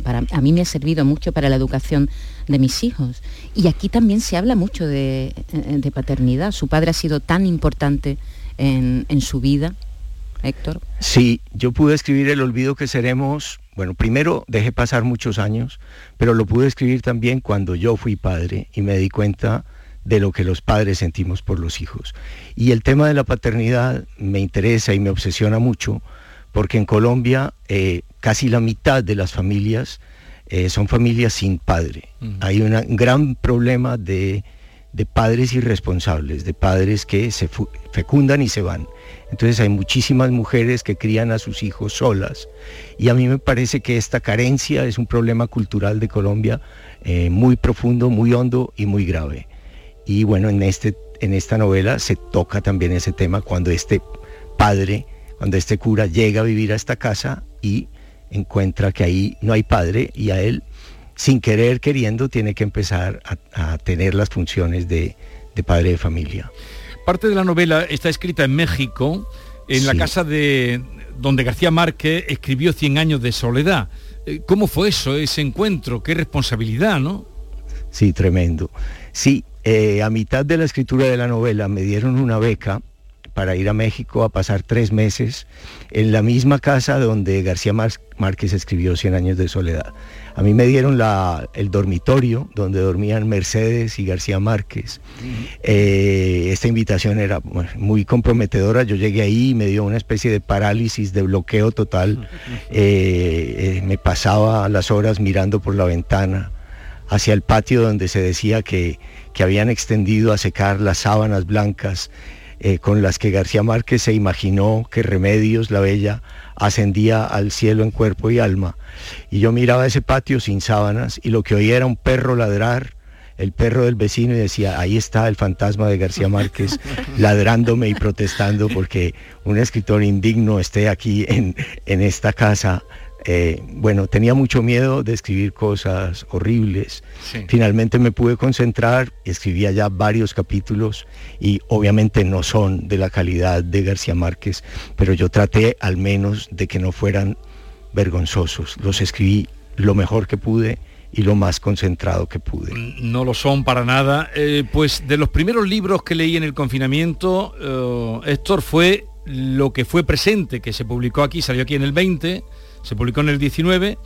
Speaker 15: a mí me ha servido mucho para la educación de mis hijos. Y aquí también se habla mucho de paternidad. Su padre ha sido tan importante en su vida, Héctor.
Speaker 11: Sí, yo pude escribir El olvido que seremos. Bueno, primero dejé pasar muchos años, pero lo pude escribir también cuando yo fui padre y me di cuenta de lo que los padres sentimos por los hijos. Y el tema de la paternidad me interesa y me obsesiona mucho, porque en Colombia casi la mitad de las familias son familias sin padre. Hay un gran problema de padres irresponsables, de padres que se fecundan y se van. Entonces hay muchísimas mujeres que crían a sus hijos solas, y a mí me parece que esta carencia es un problema cultural de Colombia muy profundo, muy hondo y muy grave. Y bueno, en esta novela se toca también ese tema cuando este padre, cuando este cura llega a vivir a esta casa y encuentra que ahí no hay padre, y a él, sin querer, queriendo, tiene que empezar a tener las funciones de padre de familia.
Speaker 13: Parte de la novela está escrita en México, en la casa de donde García Márquez escribió 100 años de soledad. ¿Cómo fue eso, ese encuentro? Qué responsabilidad, ¿no?
Speaker 11: Sí, tremendo. Sí, a mitad de la escritura de la novela me dieron una beca para ir a México a pasar 3 meses en la misma casa donde García Márquez escribió 100 años de soledad. A mí me dieron el dormitorio donde dormían Mercedes y García Márquez. Esta invitación era muy comprometedora. Yo llegué ahí y me dio una especie de parálisis, de bloqueo total. Me pasaba las horas mirando por la ventana hacia el patio donde se decía que habían extendido a secar las sábanas blancas con las que García Márquez se imaginó que Remedios la Bella ascendía al cielo en cuerpo y alma. Y yo miraba ese patio sin sábanas y lo que oía era un perro ladrar, el perro del vecino, y decía, ahí está el fantasma de García Márquez ladrándome y protestando porque un escritor indigno esté aquí en esta casa. Bueno, tenía mucho miedo de escribir cosas horribles. Sí. Finalmente me pude concentrar, escribía ya varios capítulos y obviamente no son de la calidad de García Márquez, pero yo traté al menos de que no fueran vergonzosos. Los escribí lo mejor que pude y lo más concentrado que pude.
Speaker 13: No lo son para nada. Pues de los primeros libros que leí en el confinamiento, Héctor, fue Lo que fue presente, que se publicó aquí, salió aquí en el 20, se publicó en el 19,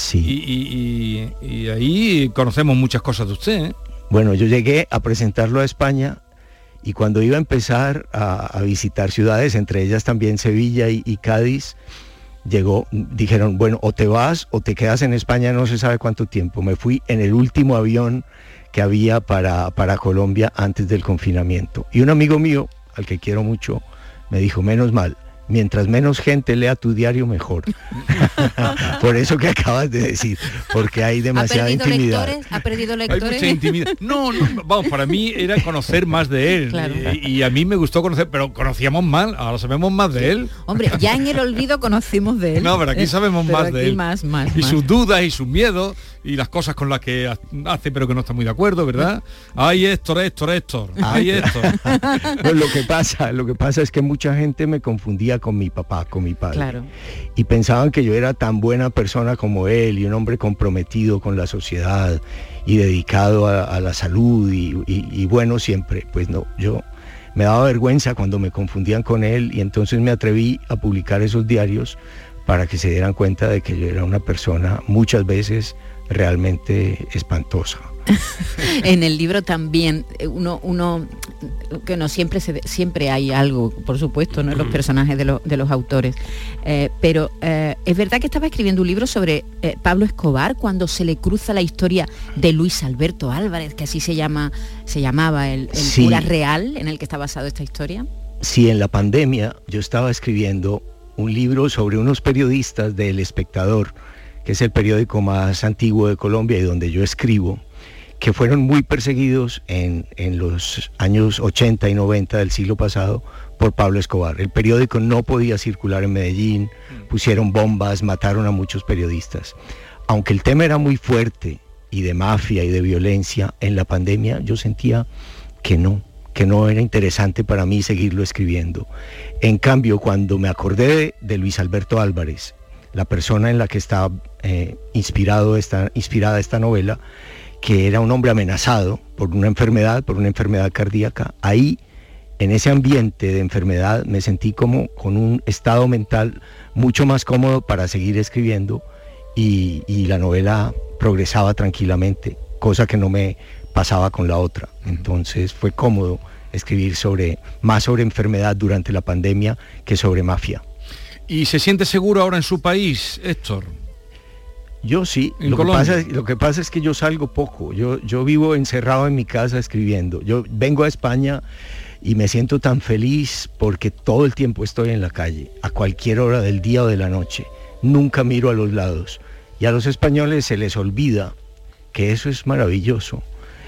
Speaker 13: sí. y ahí conocemos muchas cosas de usted, ¿eh?
Speaker 11: Bueno, yo llegué a presentarlo a España y cuando iba a empezar a visitar ciudades, entre ellas también Sevilla y Cádiz, dijeron, bueno, o te vas o te quedas en España no se sabe cuánto tiempo. Me fui en el último avión que había para Colombia antes del confinamiento. Y un amigo mío, al que quiero mucho, me dijo, menos mal, mientras menos gente lea tu diario, mejor. Por eso que acabas de decir, porque hay demasiada intimidad.
Speaker 15: ¿Ha perdido lectores?
Speaker 13: Hay mucha intimidad. No, vamos, para mí era conocer más de él. Claro. Y a mí me gustó conocer, pero conocíamos mal, ahora sabemos más de él.
Speaker 15: Hombre, ya en el olvido conocimos de él.
Speaker 13: No, pero aquí sabemos más de él.
Speaker 15: Más,
Speaker 13: sus dudas y sus miedos y las cosas con las que hace pero que no está muy de acuerdo, ¿verdad? Ay, Héctor. Ay, Héctor.
Speaker 11: Pues lo que pasa es que mucha gente me confundía con mi papá, con mi padre.
Speaker 15: Claro.
Speaker 11: Y pensaban que yo era tan buena persona como él y un hombre comprometido con la sociedad y dedicado a la salud y bueno siempre. Pues no, yo me daba vergüenza cuando me confundían con él y entonces me atreví a publicar esos diarios para que se dieran cuenta de que yo era una persona muchas veces realmente espantosa.
Speaker 15: En el libro también uno que no siempre hay algo, por supuesto, ¿no? En los personajes de los autores, pero es verdad que estaba escribiendo un libro sobre Pablo Escobar cuando se le cruza la historia de Luis Alberto Álvarez, que así se llamaba el
Speaker 11: sí.
Speaker 15: cura real en el que está basado esta historia.
Speaker 11: Sí, en la pandemia yo estaba escribiendo un libro sobre unos periodistas de El Espectador, que es el periódico más antiguo de Colombia y donde yo escribo, que fueron muy perseguidos en los años 80 y 90 del siglo pasado por Pablo Escobar. El periódico no podía circular en Medellín, pusieron bombas, mataron a muchos periodistas. Aunque el tema era muy fuerte y de mafia y de violencia, en la pandemia yo sentía que no era interesante para mí seguirlo escribiendo. En cambio, cuando me acordé de Luis Alberto Álvarez, la persona en la que está inspirada esta novela, que era un hombre amenazado por una enfermedad cardíaca, ahí, en ese ambiente de enfermedad, me sentí como con un estado mental mucho más cómodo para seguir escribiendo y la novela progresaba tranquilamente, cosa que no me pasaba con la otra. Entonces fue cómodo escribir más sobre enfermedad durante la pandemia que sobre mafia.
Speaker 13: ¿Y se siente seguro ahora en su país, Héctor?
Speaker 11: Yo sí, lo que pasa es que yo salgo poco, yo vivo encerrado en mi casa escribiendo. Yo vengo a España y me siento tan feliz porque todo el tiempo estoy en la calle, a cualquier hora del día o de la noche. Nunca miro a los lados. Y a los españoles se les olvida que eso es maravilloso.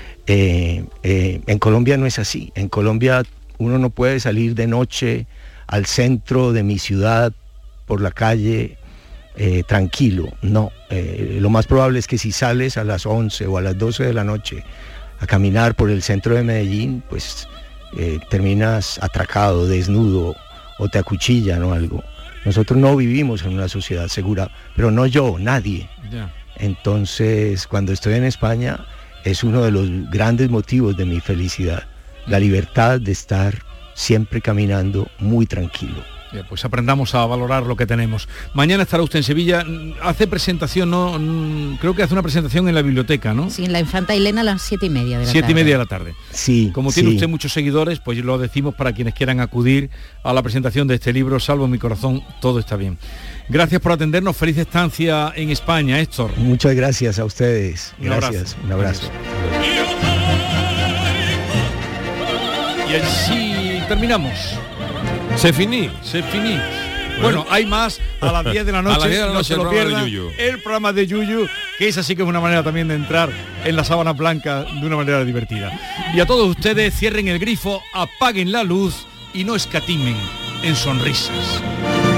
Speaker 11: En Colombia no es así. En Colombia uno no puede salir de noche al centro de mi ciudad por la calle tranquilo, no. Lo más probable es que si sales a las 11 o a las 12 de la noche a caminar por el centro de Medellín, pues terminas atracado, desnudo o te acuchillan o algo. Nosotros no vivimos en una sociedad segura, pero no yo, nadie. Yeah. Entonces, cuando estoy en España, es uno de los grandes motivos de mi felicidad, la libertad de estar siempre caminando muy tranquilo.
Speaker 13: Pues aprendamos a valorar lo que tenemos. Mañana estará usted en Sevilla, hace presentación, ¿no? Creo que hace una presentación en la biblioteca, ¿no?
Speaker 15: Sí, en la Infanta Elena a las 7:30 de la tarde.
Speaker 13: 7:30 de la tarde.
Speaker 11: Sí.
Speaker 13: Como tiene usted muchos seguidores, pues lo decimos para quienes quieran acudir a la presentación de este libro, Salvo mi corazón, todo está bien. Gracias por atendernos, feliz estancia en España, Héctor.
Speaker 11: Muchas gracias a ustedes.
Speaker 13: Un abrazo. Y así terminamos.
Speaker 14: Se finí.
Speaker 13: Bueno, hay más a las 10 de la noche.
Speaker 14: A las 10 de la noche,
Speaker 13: no se lo pierdan. El programa de Yuyu, que es así que es una manera también de entrar en la sábana blanca de una manera divertida. Y a todos ustedes, cierren el grifo, apaguen la luz y no escatimen en sonrisas.